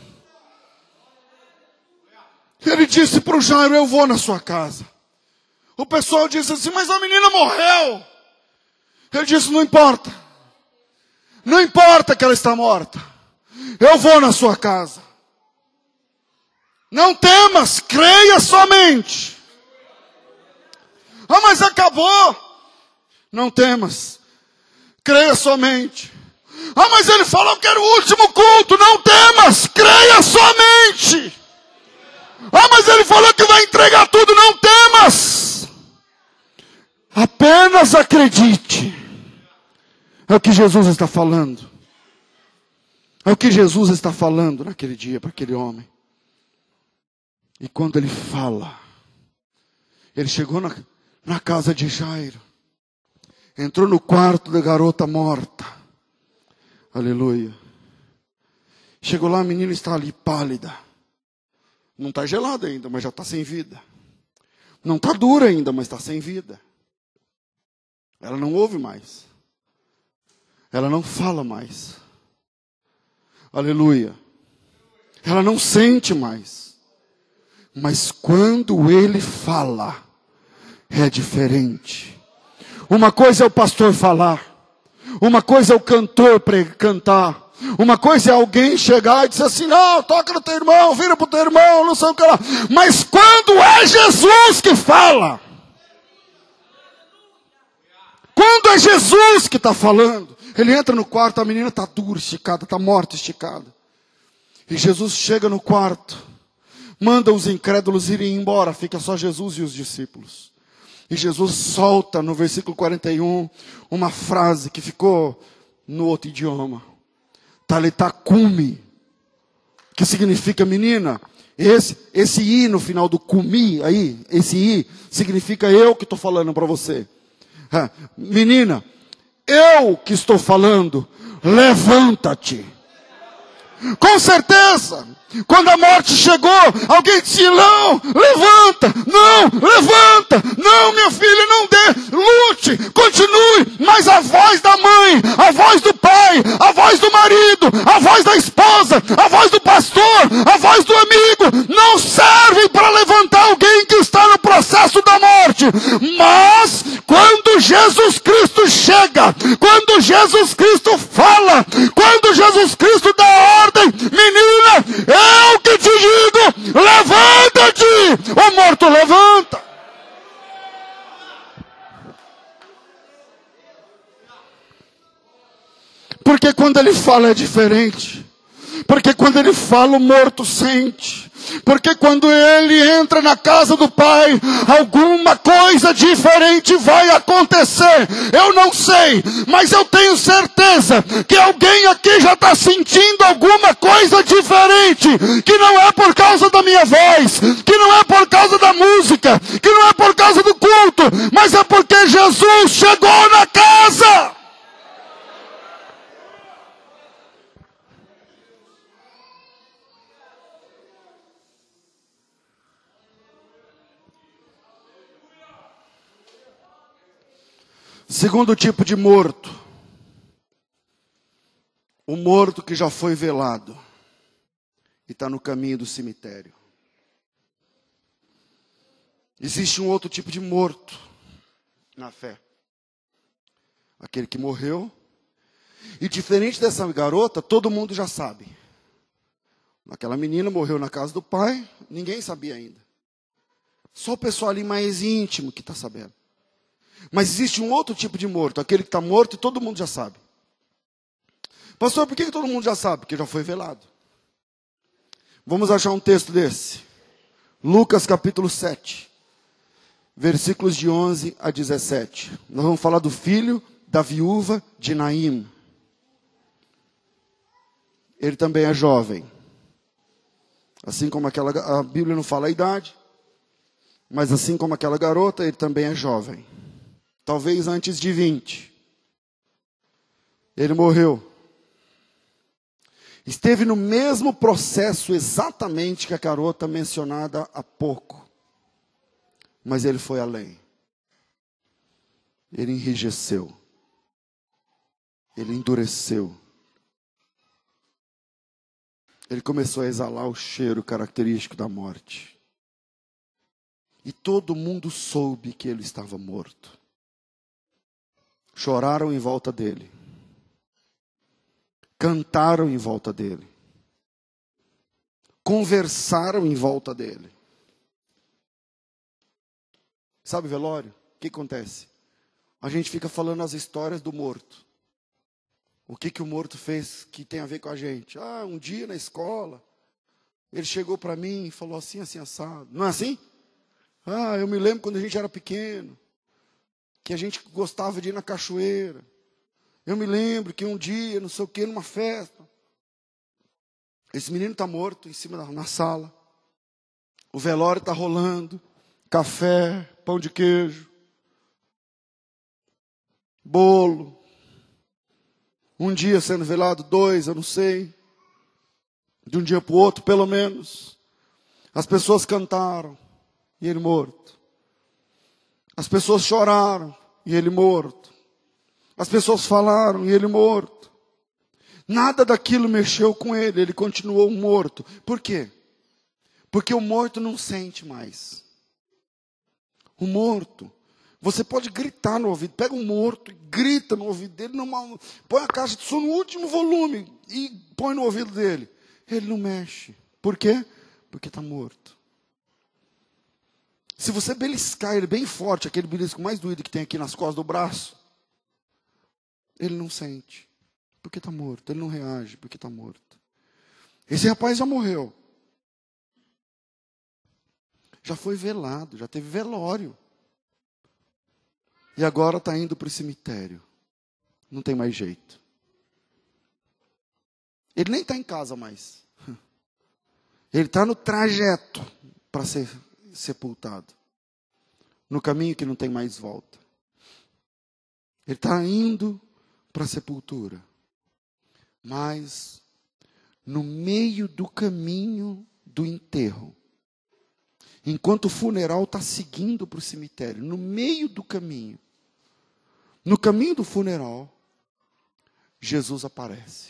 ele disse para o Jairo, eu vou na sua casa. O pessoal disse assim, mas a menina morreu. Ele disse, não importa. Não importa que ela está morta. Eu vou na sua casa. Não temas, creia somente. Ah, mas acabou. Não temas, creia somente. Ah, mas ele falou que era o último culto. Não temas, creia somente. Ah, mas ele falou que vai entregar tudo. Não temas. Apenas acredite. É o que Jesus está falando. É o que Jesus está falando naquele dia para aquele homem. E quando ele fala, ele chegou na casa de Jairo. Entrou no quarto da garota morta. Aleluia. Chegou lá, a menina está ali pálida. Não está gelada ainda, mas já está sem vida. Não está dura ainda, mas está sem vida. Ela não ouve mais. Ela não fala mais. Aleluia. Ela não sente mais. Mas quando ele fala, é diferente. Uma coisa é o pastor falar. Uma coisa é o cantor cantar. Uma coisa é alguém chegar e dizer assim, não, toca no teu irmão, vira pro teu irmão, não sei o que lá. Mas quando é Jesus que fala, quando é Jesus que está falando, ele entra no quarto, a menina está dura, esticada, está morta, esticada. E Jesus chega no quarto, manda os incrédulos irem embora, fica só Jesus e os discípulos. E Jesus solta no versículo 41 uma frase que ficou no outro idioma. Talitá cumi, que significa menina. Esse i no final do cumi, aí, esse i, significa eu que estou falando para você. Menina, eu que estou falando, levanta-te. Com certeza, quando a morte chegou, alguém disse, não, levanta, não, minha filha, não dê, lute, continue, mas a voz da mãe, a voz do pai, a voz do marido, a voz da esposa, a voz do pastor, a voz do amigo, não serve para levantar alguém que está no processo da morte, mas quando Jesus Cristo chega, quando Jesus Cristo fala, quando Jesus Cristo dá ordem, menina, eu que te digo, levanta-te, o morto levanta. Porque quando ele fala é diferente. Porque quando ele fala o morto sente. Porque quando ele entra na casa do Pai, alguma coisa diferente vai acontecer. Eu não sei, mas eu tenho certeza que alguém aqui já está sentindo alguma coisa diferente. Que não é por causa da minha voz, que não é por causa da música, que não é por causa do culto, mas é porque Jesus chegou na casa. Segundo tipo de morto. O morto que já foi velado e está no caminho do cemitério. Existe um outro tipo de morto na fé. Aquele que morreu. E diferente dessa garota, todo mundo já sabe. Aquela menina morreu na casa do pai, ninguém sabia ainda. Só o pessoal ali mais íntimo que está sabendo. Mas existe um outro tipo de morto, aquele que está morto e todo mundo já sabe. Pastor, por que todo mundo já sabe? Porque já foi velado. Vamos achar um texto desse. Lucas capítulo 7, versículos de 11 a 17. Nós vamos falar do filho da viúva de Naim. Ele também é jovem. Assim como a Bíblia não fala a idade, mas assim como aquela garota, ele também é jovem. Talvez antes de 20. Ele morreu. Esteve no mesmo processo exatamente que a garota mencionada há pouco. Mas ele foi além. Ele enrijeceu. Ele endureceu. Ele começou a exalar o cheiro característico da morte. E todo mundo soube que ele estava morto. Choraram em volta dele. Cantaram em volta dele. Conversaram em volta dele. Sabe, velório? O que acontece? A gente fica falando as histórias do morto. O que o morto fez que tem a ver com a gente? Ah, um dia na escola, ele chegou para mim e falou assim, assim, assado. Não é assim? Ah, eu me lembro quando a gente era pequeno, que a gente gostava de ir na cachoeira. Eu me lembro que um dia, não sei o que, numa festa, esse menino está morto em cima na sala. O velório está rolando, café, pão de queijo, bolo. Um dia sendo velado, 2, eu não sei. De um dia para o outro, pelo menos. As pessoas cantaram, e ele morto. As pessoas choraram, e ele morto. As pessoas falaram, e ele morto. Nada daquilo mexeu com ele, ele continuou morto. Por quê? Porque o morto não sente mais. O morto, você pode gritar no ouvido, pega um morto e grita no ouvido dele, põe a caixa de som no último volume e põe no ouvido dele. Ele não mexe. Por quê? Porque está morto. Se você beliscar ele bem forte, aquele belisco mais doído que tem aqui nas costas do braço, ele não sente. Porque está morto. Ele não reage porque está morto. Esse rapaz já morreu. Já foi velado, já teve velório. E agora está indo para o cemitério. Não tem mais jeito. Ele nem está em casa mais. Ele está no trajeto para ser sepultado. No caminho que não tem mais volta. Ele está indo para a sepultura. Mas, no meio do caminho do enterro, enquanto o funeral está seguindo para o cemitério, no meio do caminho, no caminho do funeral, Jesus aparece.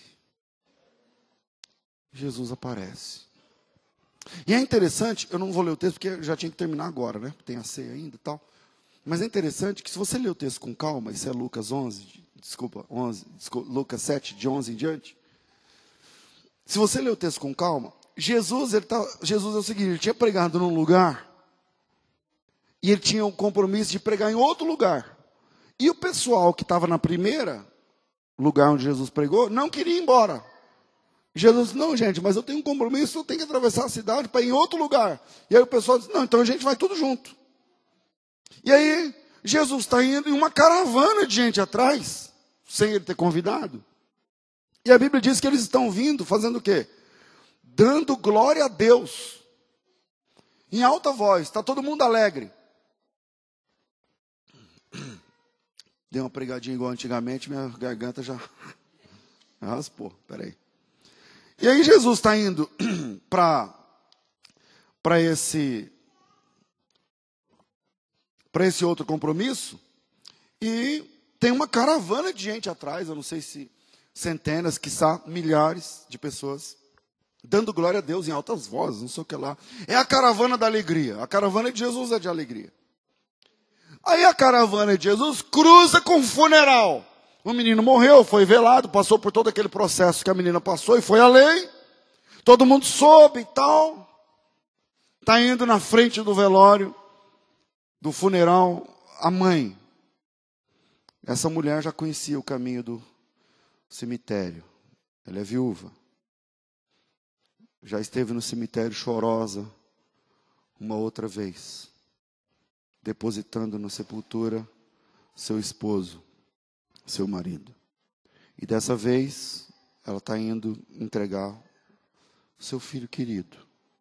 Jesus aparece. E é interessante, eu não vou ler o texto porque eu já tinha que terminar agora, né? Tem a ceia ainda e tal. Mas é interessante que se você ler o texto com calma, isso é Lucas 11, Lucas 7, de 11 em diante. Se você ler o texto com calma, Jesus é o seguinte, ele tinha pregado num lugar e ele tinha o compromisso de pregar em outro lugar. E o pessoal que estava na primeira lugar onde Jesus pregou, não queria ir embora. Jesus disse, não gente, mas eu tenho um compromisso, eu tenho que atravessar a cidade para ir em outro lugar. E aí o pessoal disse, não, então a gente vai tudo junto. E aí Jesus está indo em uma caravana de gente atrás, sem ele ter convidado. E a Bíblia diz que eles estão vindo, fazendo o quê? Dando glória a Deus. Em alta voz, está todo mundo alegre. Dei uma pregadinha igual antigamente, minha garganta já raspou. Peraí. E aí Jesus está indo para esse outro compromisso e tem uma caravana de gente atrás, eu não sei se centenas, quiçá milhares de pessoas, dando glória a Deus em altas vozes, não sei o que lá. É a caravana da alegria. A caravana de Jesus é de alegria. Aí a caravana de Jesus cruza com o funeral. O menino morreu, foi velado, passou por todo aquele processo que a menina passou e foi a lei. Todo mundo soube e tal. Está indo na frente do velório, do funeral, a mãe. Essa mulher já conhecia o caminho do cemitério. Ela é viúva. Já esteve no cemitério chorosa uma outra vez, depositando na sepultura seu esposo, seu marido. E dessa vez, ela está indo entregar seu filho querido.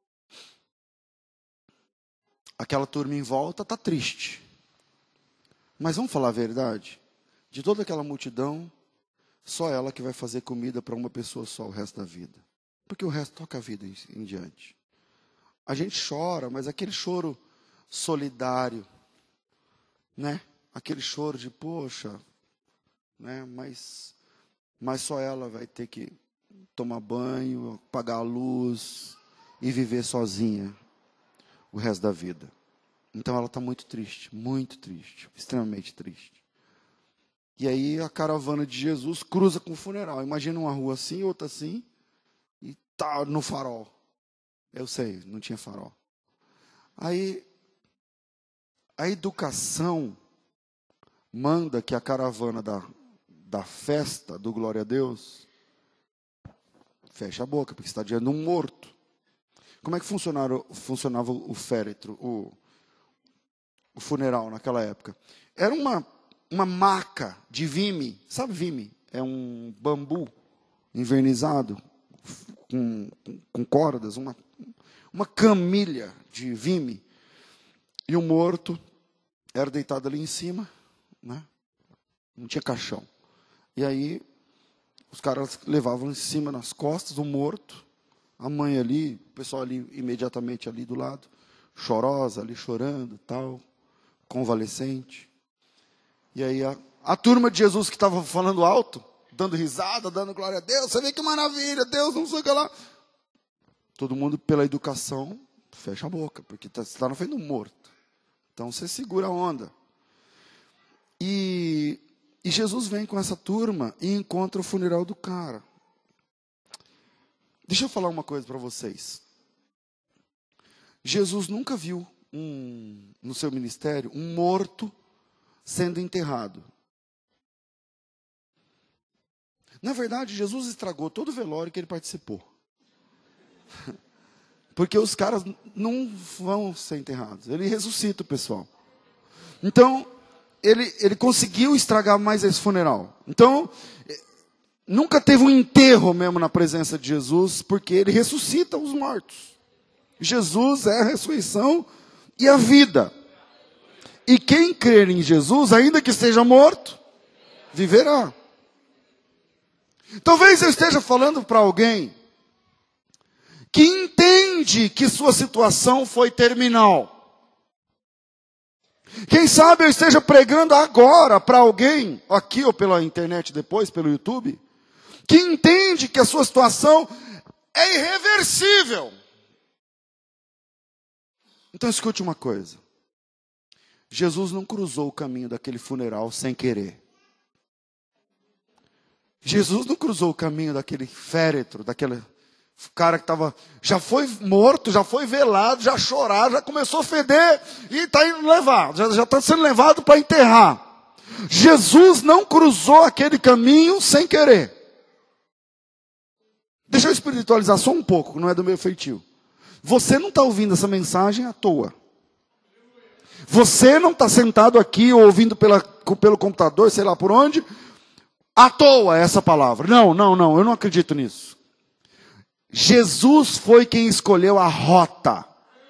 Aquela turma em volta está triste. Mas vamos falar a verdade? De toda aquela multidão, só ela que vai fazer comida para uma pessoa só o resto da vida. Porque o resto toca a vida em diante. A gente chora, mas aquele choro solidário, né? Aquele choro de, poxa, né? Mas só ela vai ter que tomar banho, pagar a luz e viver sozinha o resto da vida. Então ela está muito triste, extremamente triste. E aí a caravana de Jesus cruza com o funeral. Imagina uma rua assim, outra assim, e tá no farol. Eu sei, não tinha farol. Aí a educação manda que a caravana da festa do Glória a Deus feche a boca, porque você está diante de um morto. Como é que funcionava o féretro, o funeral naquela época? Era uma maca de vime. Sabe vime? É um bambu invernizado com cordas, uma camilha de vime. E o morto era deitado ali em cima, né? Não tinha caixão. E aí os caras levavam em cima, nas costas, o morto, a mãe ali, o pessoal ali imediatamente ali do lado, chorosa ali, chorando, tal, convalescente. E aí a turma de Jesus que estava falando alto, dando risada, dando glória a Deus, você vê que maravilha, Deus não sei o que lá. Todo mundo, pela educação, fecha a boca, porque você está na frente do morto. Então você segura a onda. E Jesus vem com essa turma e encontra o funeral do cara. Deixa eu falar uma coisa para vocês. Jesus nunca viu no seu ministério um morto sendo enterrado. Na verdade, Jesus estragou todo o velório que ele participou. Porque os caras não vão ser enterrados. Ele ressuscita o pessoal. Então, ele conseguiu estragar mais esse funeral. Então, nunca teve um enterro mesmo na presença de Jesus, porque ele ressuscita os mortos. Jesus é a ressurreição e a vida. E quem crer em Jesus, ainda que esteja morto, viverá. Talvez eu esteja falando para alguém que entende que sua situação foi terminal. Quem sabe eu esteja pregando agora para alguém, aqui ou pela internet depois, pelo YouTube, que entende que a sua situação é irreversível. Então escute uma coisa. Jesus não cruzou o caminho daquele funeral sem querer. Jesus não cruzou o caminho daquele féretro, daquele cara que já foi morto, já foi velado, já chorado, já começou a feder e está indo levar, já está sendo levado para enterrar. Jesus não cruzou aquele caminho sem querer. Deixa eu espiritualizar só um pouco, não é do meu feitio. Você não está ouvindo essa mensagem à toa. Você não está sentado aqui ou ouvindo pelo computador, sei lá por onde, à toa essa palavra. Não, eu não acredito nisso. Jesus foi quem escolheu a rota.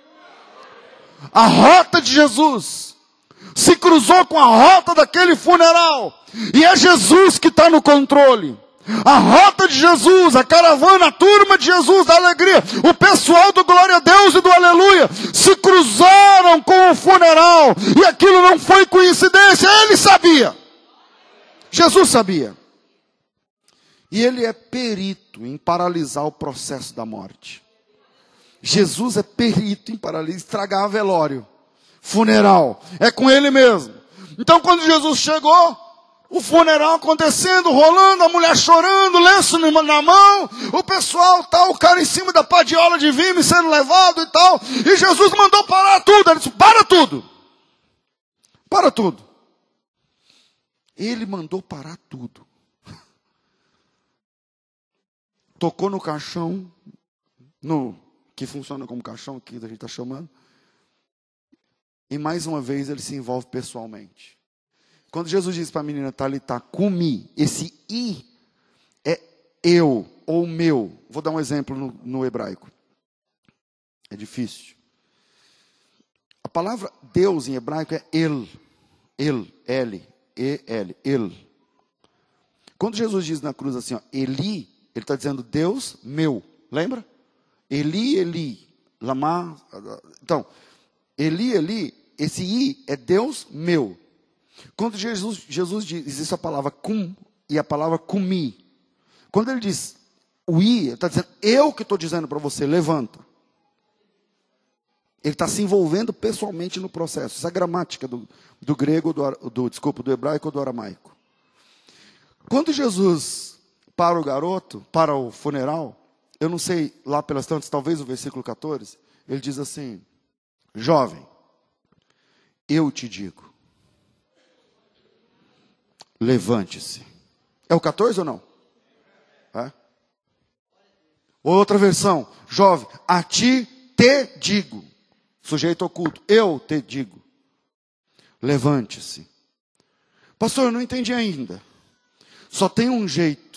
A rota de Jesus se cruzou com a rota daquele funeral. E é Jesus que está no controle. A rota de Jesus, a caravana, a turma de Jesus, da alegria, o pessoal do glória a Deus e do aleluia, se cruzaram com o funeral. E aquilo não foi coincidência, ele sabia. Jesus sabia. E ele é perito em paralisar o processo da morte. Jesus é perito em paralisar, estragar velório, funeral. É com ele mesmo. Então quando Jesus chegou, o funeral acontecendo, rolando, a mulher chorando, lenço na mão, o pessoal tal, o cara em cima da padiola de vime sendo levado e tal. E Jesus mandou parar tudo. Ele disse, para tudo. Para tudo. Ele mandou parar tudo. Tocou no caixão, que funciona como caixão, que a gente está chamando. E mais uma vez ele se envolve pessoalmente. Quando Jesus diz para a menina, Talitá, cumi, esse i é eu ou meu. Vou dar um exemplo no hebraico. É difícil. A palavra Deus em hebraico é el. L, E-L, el. Quando Jesus diz na cruz assim, ó, Eli, ele está dizendo Deus meu. Lembra? Eli, Eli, lama. Então, Eli, Eli, esse i é Deus meu. Quando Jesus diz, existe a palavra cum e a palavra cumi. Quando ele diz o i, ele está dizendo, eu que estou dizendo para você, levanta. Ele está se envolvendo pessoalmente no processo. Essa é a gramática do grego, do hebraico ou do aramaico. Quando Jesus para o garoto, para o funeral, eu não sei, lá pelas tantas, talvez o versículo 14, ele diz assim: jovem, eu te digo, levante-se. É o 14 ou não? É? Outra versão, jovem, a ti te digo. Sujeito oculto, eu te digo. Levante-se. Pastor, eu não entendi ainda. Só tem um jeito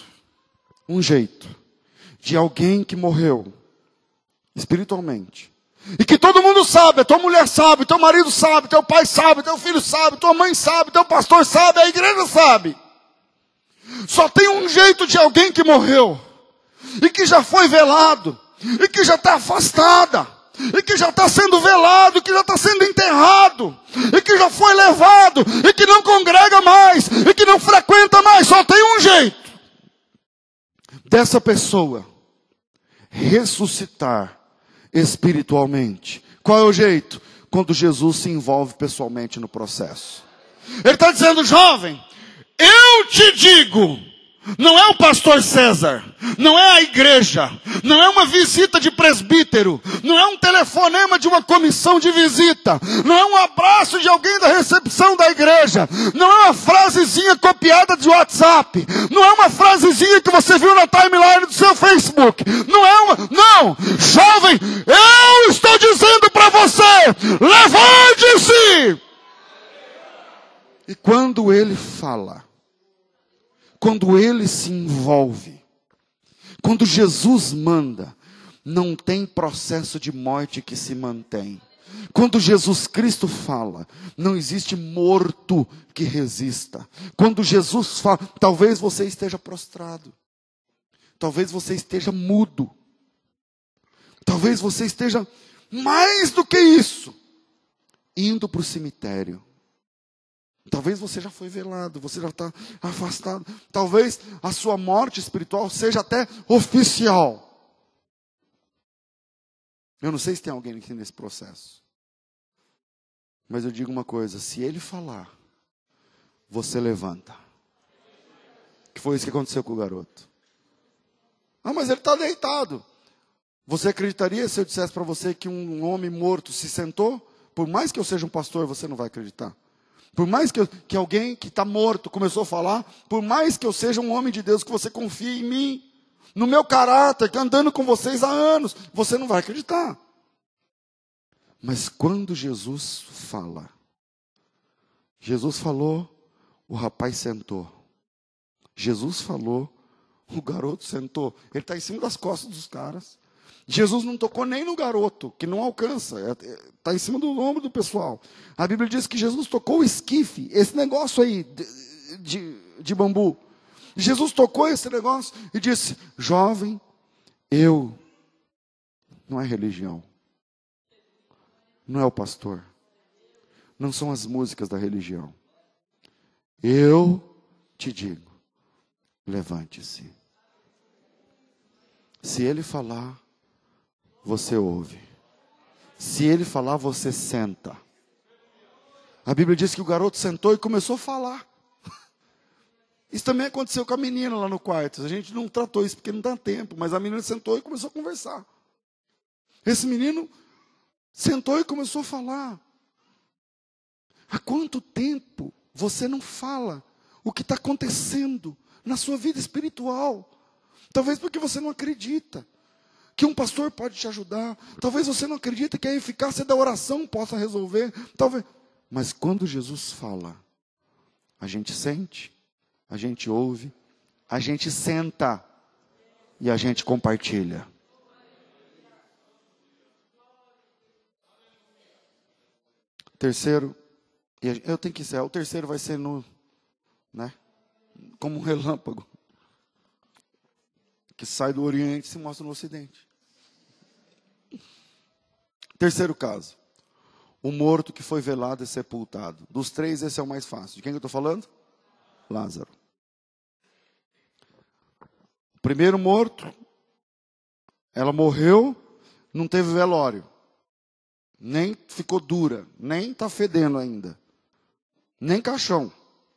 de alguém que morreu espiritualmente. E que todo mundo sabe, a tua mulher sabe, teu marido sabe, teu pai sabe, teu filho sabe, tua mãe sabe, teu pastor sabe, a igreja sabe. Só tem um jeito de alguém que morreu, e que já foi velado, e que já está afastada, e que já está sendo velado, e que já está sendo enterrado, e que já foi levado, e que não congrega mais, e que não frequenta mais. Só tem um jeito dessa pessoa ressuscitar espiritualmente. Qual é o jeito? Quando Jesus se envolve pessoalmente no processo. Ele está dizendo: jovem, eu te digo, não é o pastor César, não é a igreja, não é uma visita de presbítero, não é um telefonema de uma comissão de visita, não é um abraço de alguém da recepção da igreja, não é uma frasezinha copiada de WhatsApp, não é uma frasezinha que você viu na timeline do seu Facebook, não, jovem, eu estou dizendo para você, levante-se! E quando ele fala, quando ele se envolve, quando Jesus manda, não tem processo de morte que se mantém. Quando Jesus Cristo fala, não existe morto que resista. Quando Jesus fala, talvez você esteja prostrado, talvez você esteja mudo, talvez você esteja mais do que isso, indo para o cemitério. Talvez você já foi velado, você já está afastado. Talvez a sua morte espiritual seja até oficial. Eu não sei se tem alguém aqui nesse processo. Mas eu digo uma coisa: se ele falar, você levanta. Que foi isso que aconteceu com o garoto. Ah, mas ele está deitado. Você acreditaria se eu dissesse para você que um homem morto se sentou? Por mais que eu seja um pastor, você não vai acreditar. Por mais que alguém que está morto começou a falar, por mais que eu seja um homem de Deus, que você confie em mim, no meu caráter, que andando com vocês há anos, você não vai acreditar. Mas quando Jesus fala, Jesus falou, o rapaz sentou. Jesus falou, o garoto sentou. Ele está em cima das costas dos caras. Jesus não tocou nem no garoto, que não alcança, está em cima do ombro do pessoal. A Bíblia diz que Jesus tocou o esquife, esse negócio aí de bambu. Jesus tocou esse negócio e disse: jovem, não é religião, não é o pastor, não são as músicas da religião. Eu te digo, levante-se. Se ele falar, você ouve. Se ele falar, você senta. A Bíblia diz que o garoto sentou e começou a falar. Isso também aconteceu com a menina lá no quarto. A gente não tratou isso porque não dá tempo, mas a menina sentou e começou a conversar. Esse menino sentou e começou a falar. Há quanto tempo você não fala o que está acontecendo na sua vida espiritual? Talvez porque você não acredita que um pastor pode te ajudar. Talvez você não acredite que a eficácia da oração possa resolver. Talvez. Mas quando Jesus fala, a gente sente, a gente ouve, a gente senta e a gente compartilha. Terceiro, e eu tenho que encerrar. O terceiro vai ser como um relâmpago que sai do Oriente e se mostra no Ocidente. Terceiro caso. O morto que foi velado e sepultado. Dos três, esse é o mais fácil. De quem que eu estou falando? Lázaro. O primeiro morto, ela morreu, não teve velório. nem ficou dura, nem está fedendo ainda, nem caixão.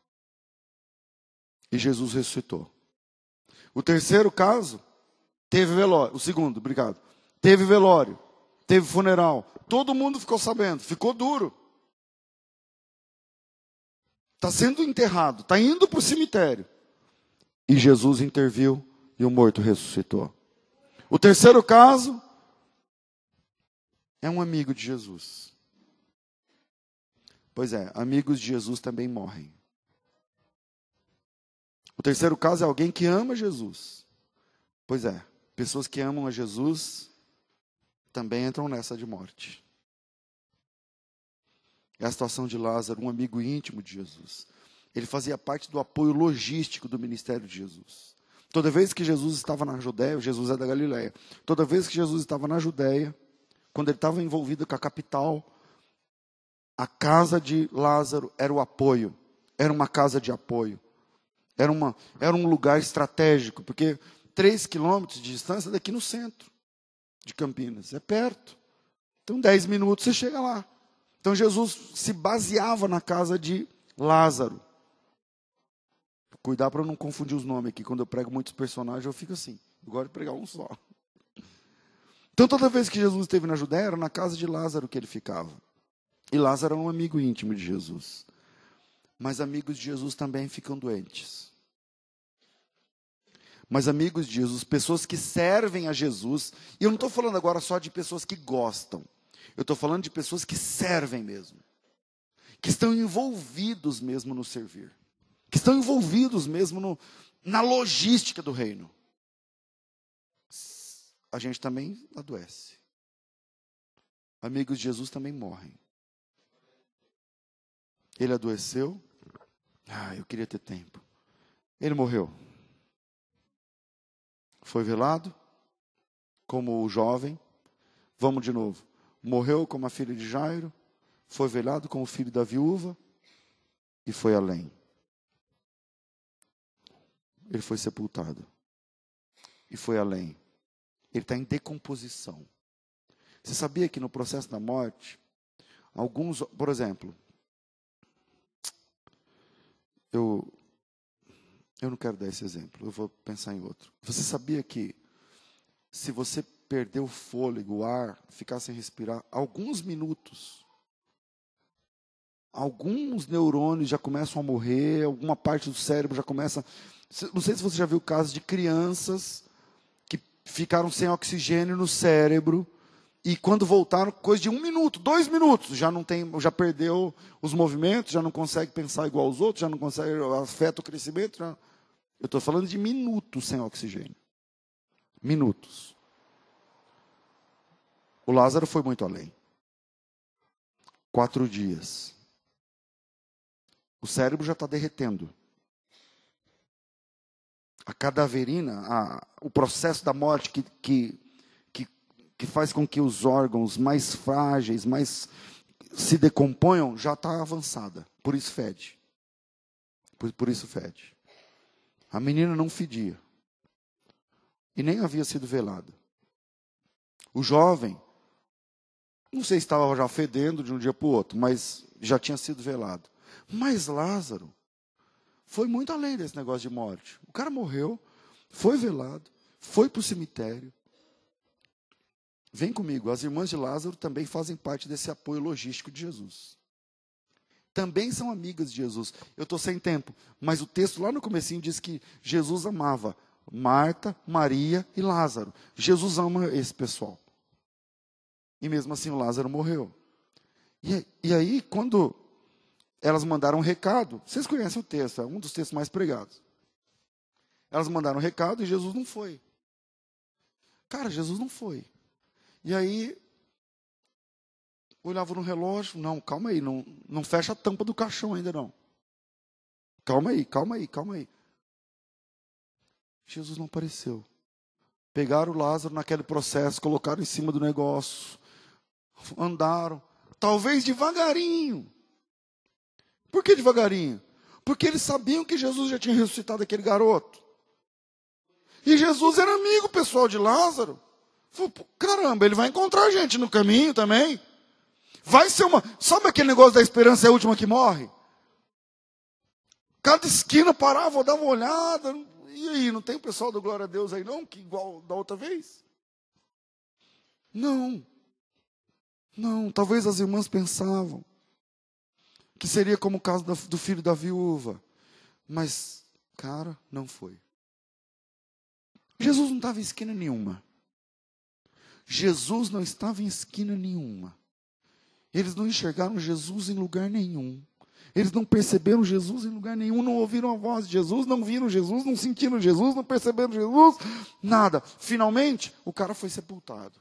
E Jesus ressuscitou. O terceiro caso, teve velório. O segundo, obrigado. Teve velório, teve funeral. Todo mundo ficou sabendo, ficou duro. Está sendo enterrado, está indo para o cemitério. E Jesus interviu e o morto ressuscitou. O terceiro caso é um amigo de Jesus. Pois é, amigos de Jesus também morrem. O terceiro caso é alguém que ama Jesus. Pois é, pessoas que amam a Jesus também entram nessa de morte. É a situação de Lázaro, um amigo íntimo de Jesus. Ele fazia parte do apoio logístico do ministério de Jesus. Toda vez que Jesus estava na Judéia, Jesus é da Galileia. Toda vez que Jesus estava na Judéia, quando ele estava envolvido com a capital, a casa de Lázaro era o apoio. Era uma casa de apoio. Era um lugar estratégico, porque 3 quilômetros de distância daqui no centro de Campinas. É perto. Então, 10 minutos você chega lá. Então, Jesus se baseava na casa de Lázaro. Cuidar para não confundir os nomes aqui. Quando eu prego muitos personagens, eu fico assim. Eu gosto de pregar um só. Então, toda vez que Jesus esteve na Judéia, era na casa de Lázaro que ele ficava. E Lázaro era um amigo íntimo de Jesus. Mas amigos de Jesus também ficam doentes. Mas amigos de Jesus, pessoas que servem a Jesus, e eu não estou falando agora só de pessoas que gostam, eu estou falando de pessoas que servem mesmo, que estão envolvidos mesmo no servir, que estão envolvidos mesmo na logística do reino. A gente também adoece. Amigos de Jesus também morrem. Ele adoeceu. Eu queria ter tempo. Ele morreu. Foi velado, como o jovem. Vamos de novo. Morreu como a filha de Jairo. Foi velado como o filho da viúva. E foi além. Ele foi sepultado. E foi além. Ele está em decomposição. Você sabia que no processo da morte, alguns, por exemplo, eu não quero dar esse exemplo, eu vou pensar em outro. Você sabia que se você perder o fôlego, o ar, ficar sem respirar, alguns minutos, alguns neurônios já começam a morrer, alguma parte do cérebro já começa... Não sei se você já viu casos de crianças que ficaram sem oxigênio no cérebro e quando voltaram, coisa de 1 minuto, 2 minutos, já perdeu os movimentos, já não consegue pensar igual aos outros, já não consegue, afeta o crescimento. Eu estou falando de minutos sem oxigênio. Minutos. O Lázaro foi muito além. 4 dias. O cérebro já está derretendo. A cadaverina, o processo da morte que faz com que os órgãos mais frágeis, mais se decomponham, já está avançada. Por isso fede. Por isso fede. A menina não fedia. E nem havia sido velada. O jovem, não sei se estava já fedendo de um dia para o outro, mas já tinha sido velado. Mas Lázaro foi muito além desse negócio de morte. O cara morreu, foi velado, foi para o cemitério. Vem comigo, as irmãs de Lázaro também fazem parte desse apoio logístico de Jesus. Também são amigas de Jesus. Eu estou sem tempo, mas o texto lá no comecinho diz que Jesus amava Marta, Maria e Lázaro. Jesus ama esse pessoal. E mesmo assim o Lázaro morreu. E aí, quando elas mandaram um recado, vocês conhecem o texto, é um dos textos mais pregados. Elas mandaram um recado e Jesus não foi. Cara, Jesus não foi. E aí, olhava no relógio, não, calma aí, não fecha a tampa do caixão ainda não. Calma aí. Jesus não apareceu. Pegaram o Lázaro naquele processo, colocaram em cima do negócio, andaram, talvez devagarinho. Por que devagarinho? Porque eles sabiam que Jesus já tinha ressuscitado aquele garoto. E Jesus era amigo pessoal de Lázaro. Falou, caramba, ele vai encontrar a gente no caminho também. Vai ser uma... Sabe aquele negócio da esperança é a última que morre? Cada esquina parava, eu dava uma olhada. E aí, não tem o pessoal do Glória a Deus aí não? Que igual da outra vez? Não. Não, talvez as irmãs pensavam que seria como o caso do filho da viúva. Mas, cara, não foi. Jesus não estava em esquina nenhuma. Jesus não estava em esquina nenhuma. Eles não enxergaram Jesus em lugar nenhum. Eles não perceberam Jesus em lugar nenhum, não ouviram a voz de Jesus, não viram Jesus, não sentiram Jesus, não perceberam Jesus, nada. Finalmente, o cara foi sepultado.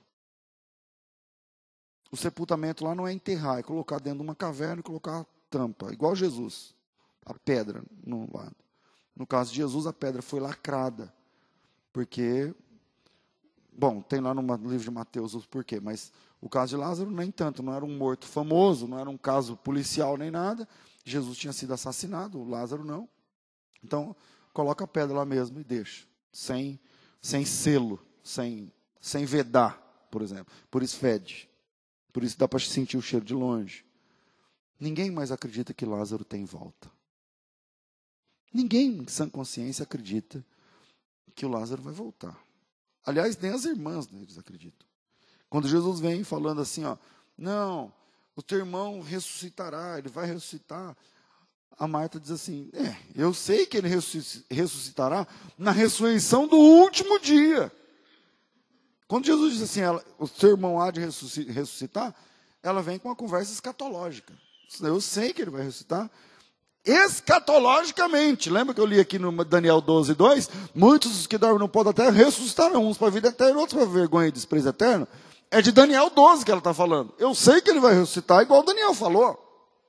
O sepultamento lá não é enterrar, é colocar dentro de uma caverna e colocar a tampa, igual Jesus, a pedra no lado. No caso de Jesus, a pedra foi lacrada, porque, bom, tem lá no livro de Mateus o porquê, mas o caso de Lázaro nem tanto, não era um morto famoso, não era um caso policial nem nada. Jesus tinha sido assassinado, Lázaro não. Então, coloca a pedra lá mesmo e deixa, sem selo, sem vedar, por exemplo. Por isso fede. Por isso dá para sentir o cheiro de longe. Ninguém mais acredita que Lázaro tem volta. Ninguém, em sã consciência, acredita que o Lázaro vai voltar. Aliás, nem as irmãs deles acreditam. Quando Jesus vem falando assim, ó, não, o teu irmão ressuscitará, ele vai ressuscitar. A Marta diz assim, eu sei que ele ressuscitará na ressurreição do último dia. Quando Jesus diz assim, o teu irmão há de ressuscitar, ela vem com uma conversa escatológica. Eu sei que ele vai ressuscitar escatologicamente. Lembra que eu li aqui no Daniel 12:2? Muitos dos que dormem no pó da terra ressuscitarão, uns para a vida eterna, outros para a vergonha e desprezo eterno. É de Daniel 12 que ela está falando. Eu sei que ele vai ressuscitar, igual Daniel falou.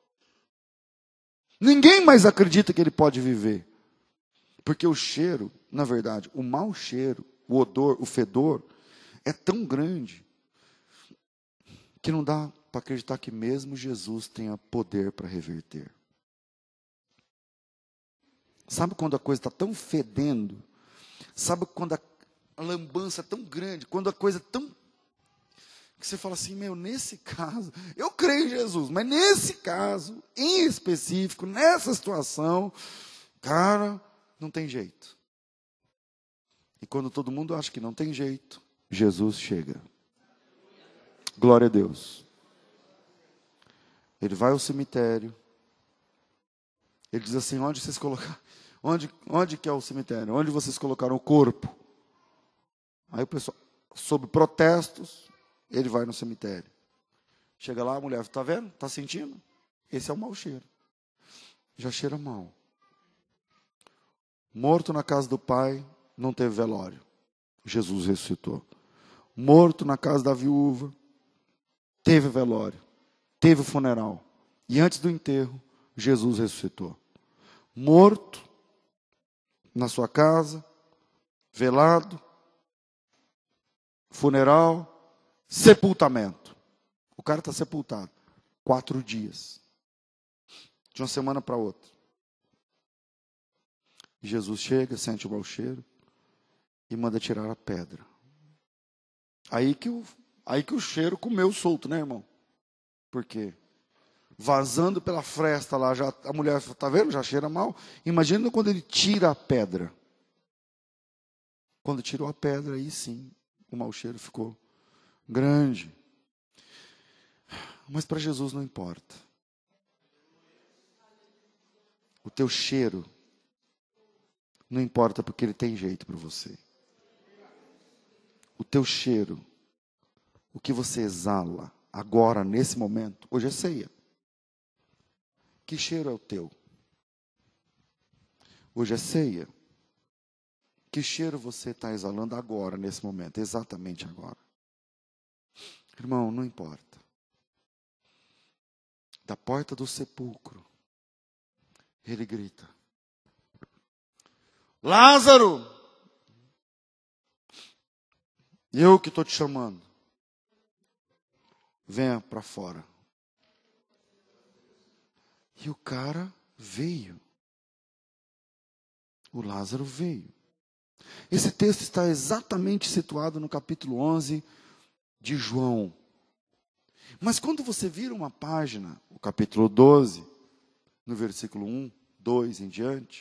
Ninguém mais acredita que ele pode viver. Porque o cheiro, na verdade, o mau cheiro, o odor, o fedor, é tão grande que não dá para acreditar que mesmo Jesus tenha poder para reverter. Sabe quando a coisa está tão fedendo? Sabe quando a lambança é tão grande? Quando a coisa é tão... que você fala assim, nesse caso, eu creio em Jesus, mas nesse caso, em específico, nessa situação, cara, não tem jeito. E quando todo mundo acha que não tem jeito, Jesus chega. Glória a Deus. Ele vai ao cemitério. Ele diz assim, onde vocês colocaram? Onde que é o cemitério? Onde vocês colocaram o corpo? Aí o pessoal, sob protestos, ele vai no cemitério. Chega lá, a mulher, está vendo? Está sentindo? Esse é o mau cheiro. Já cheira mal. Morto na casa do pai, não teve velório. Jesus ressuscitou. Morto na casa da viúva, teve velório. Teve funeral. E antes do enterro, Jesus ressuscitou. Morto na sua casa, velado, funeral, sepultamento. O cara está sepultado. 4 dias. De uma semana para outra. Jesus chega, sente o mau cheiro e manda tirar a pedra. Aí que o cheiro comeu solto, né, irmão? Por quê? Vazando pela fresta lá, já, a mulher, está vendo? Já cheira mal. Imagina quando ele tira a pedra. Quando tirou a pedra, aí sim, o mau cheiro ficou grande. Mas para Jesus não importa. O teu cheiro não importa porque ele tem jeito para você. O teu cheiro, o que você exala agora, nesse momento, hoje é ceia. Que cheiro é o teu? Hoje é ceia. Que cheiro você está exalando agora, nesse momento, exatamente agora? Irmão, não importa. Da porta do sepulcro, ele grita: Lázaro, eu que estou te chamando, venha para fora. E o cara veio. O Lázaro veio. Esse texto está exatamente situado no capítulo 11 de João. Mas quando você vira uma página, o capítulo 12, no versículo 1, 2 em diante,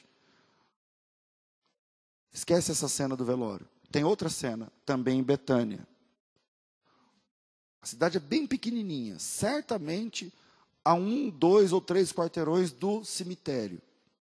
esquece essa cena do velório. Tem outra cena, também em Betânia. A cidade é bem pequenininha, certamente a 1, 2 ou 3 quarteirões do cemitério.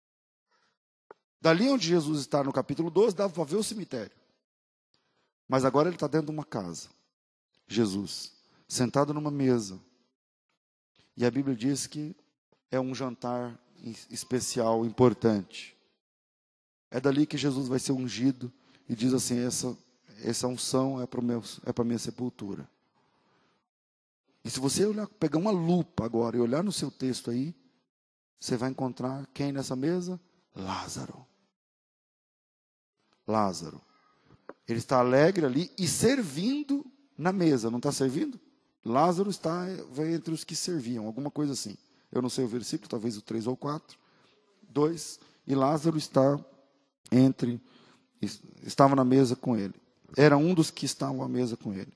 Dali onde Jesus está no capítulo 12, dava para ver o cemitério. Mas agora ele está dentro de uma casa. Jesus, sentado numa mesa. E a Bíblia diz que é um jantar especial, importante. É dali que Jesus vai ser ungido e diz assim, essa unção é para a minha sepultura. E se você pegar uma lupa agora e olhar no seu texto aí, você vai encontrar quem nessa mesa? Lázaro. Lázaro. Ele está alegre ali e servindo na mesa, não está servindo? Lázaro vai entre os que serviam, alguma coisa assim. Eu não sei o versículo, talvez o 3 ou 4. 2. E Lázaro estava na mesa com ele. Era um dos que estavam à mesa com ele.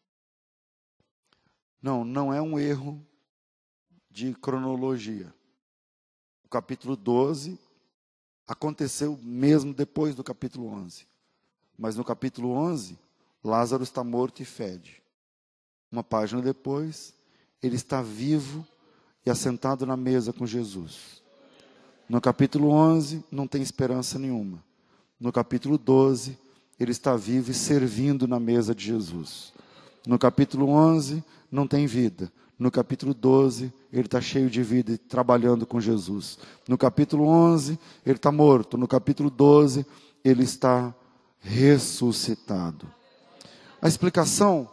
Não é um erro de cronologia. O capítulo 12 aconteceu mesmo depois do capítulo 11. Mas no capítulo 11, Lázaro está morto e fede. Uma página depois, ele está vivo e assentado na mesa com Jesus. No capítulo 11, não tem esperança nenhuma. No capítulo 12, ele está vivo e servindo na mesa de Jesus. No capítulo 11, não tem vida. No capítulo 12, ele está cheio de vida e trabalhando com Jesus. No capítulo 11, ele está morto. No capítulo 12, ele está ressuscitado. A explicação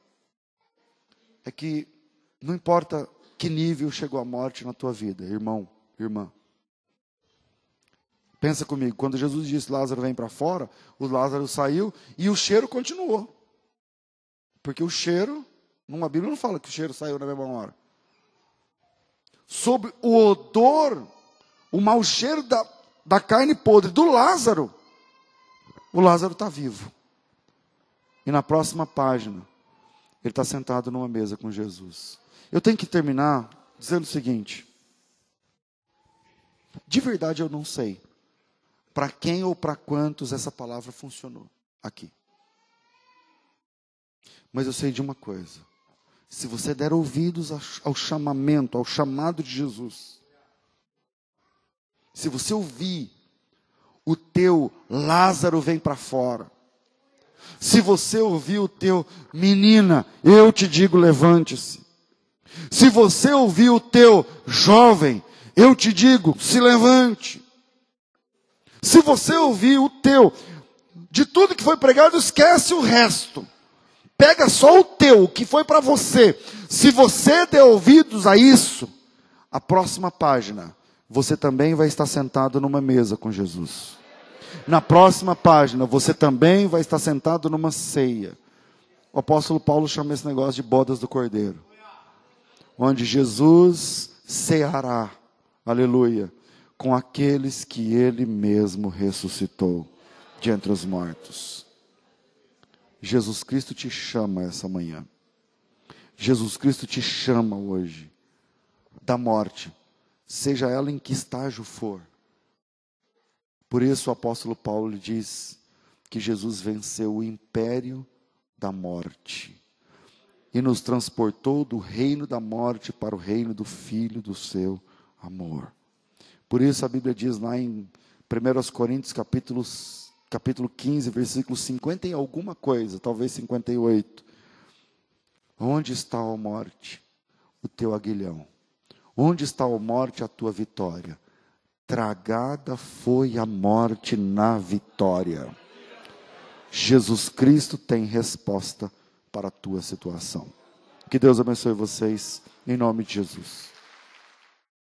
é que não importa que nível chegou a morte na tua vida, irmão, irmã. Pensa comigo, quando Jesus disse Lázaro vem para fora, o Lázaro saiu e o cheiro continuou. Porque o cheiro, a Bíblia não fala que o cheiro saiu na mesma hora. Sobre o odor, o mau cheiro da carne podre do Lázaro, o Lázaro está vivo. E na próxima página, ele está sentado numa mesa com Jesus. Eu tenho que terminar dizendo o seguinte. De verdade eu não sei para quem ou para quantos essa palavra funcionou aqui. Mas eu sei de uma coisa. Se você der ouvidos ao chamamento, ao chamado de Jesus. Se você ouvir o teu Lázaro vem para fora. Se você ouvir o teu menina, eu te digo levante-se. Se você ouvir o teu jovem, eu te digo se levante. Se você ouvir o teu, de tudo que foi pregado, esquece o resto. Pega só o teu, o que foi para você. Se você der ouvidos a isso, a próxima página, você também vai estar sentado numa mesa com Jesus. Na próxima página, você também vai estar sentado numa ceia. O apóstolo Paulo chama esse negócio de bodas do Cordeiro. Onde Jesus ceará, aleluia, com aqueles que ele mesmo ressuscitou de entre os mortos. Jesus Cristo te chama essa manhã. Jesus Cristo te chama hoje da morte, seja ela em que estágio for. Por isso o apóstolo Paulo diz que Jesus venceu o império da morte e nos transportou do reino da morte para o reino do Filho do seu amor. Por isso a Bíblia diz lá em 1 Coríntios capítulo 15, versículo 50 e alguma coisa, talvez 58. Onde está a morte? O teu aguilhão. Onde está a morte? A tua vitória. Tragada foi a morte na vitória. Jesus Cristo tem resposta para a tua situação. Que Deus abençoe vocês, em nome de Jesus.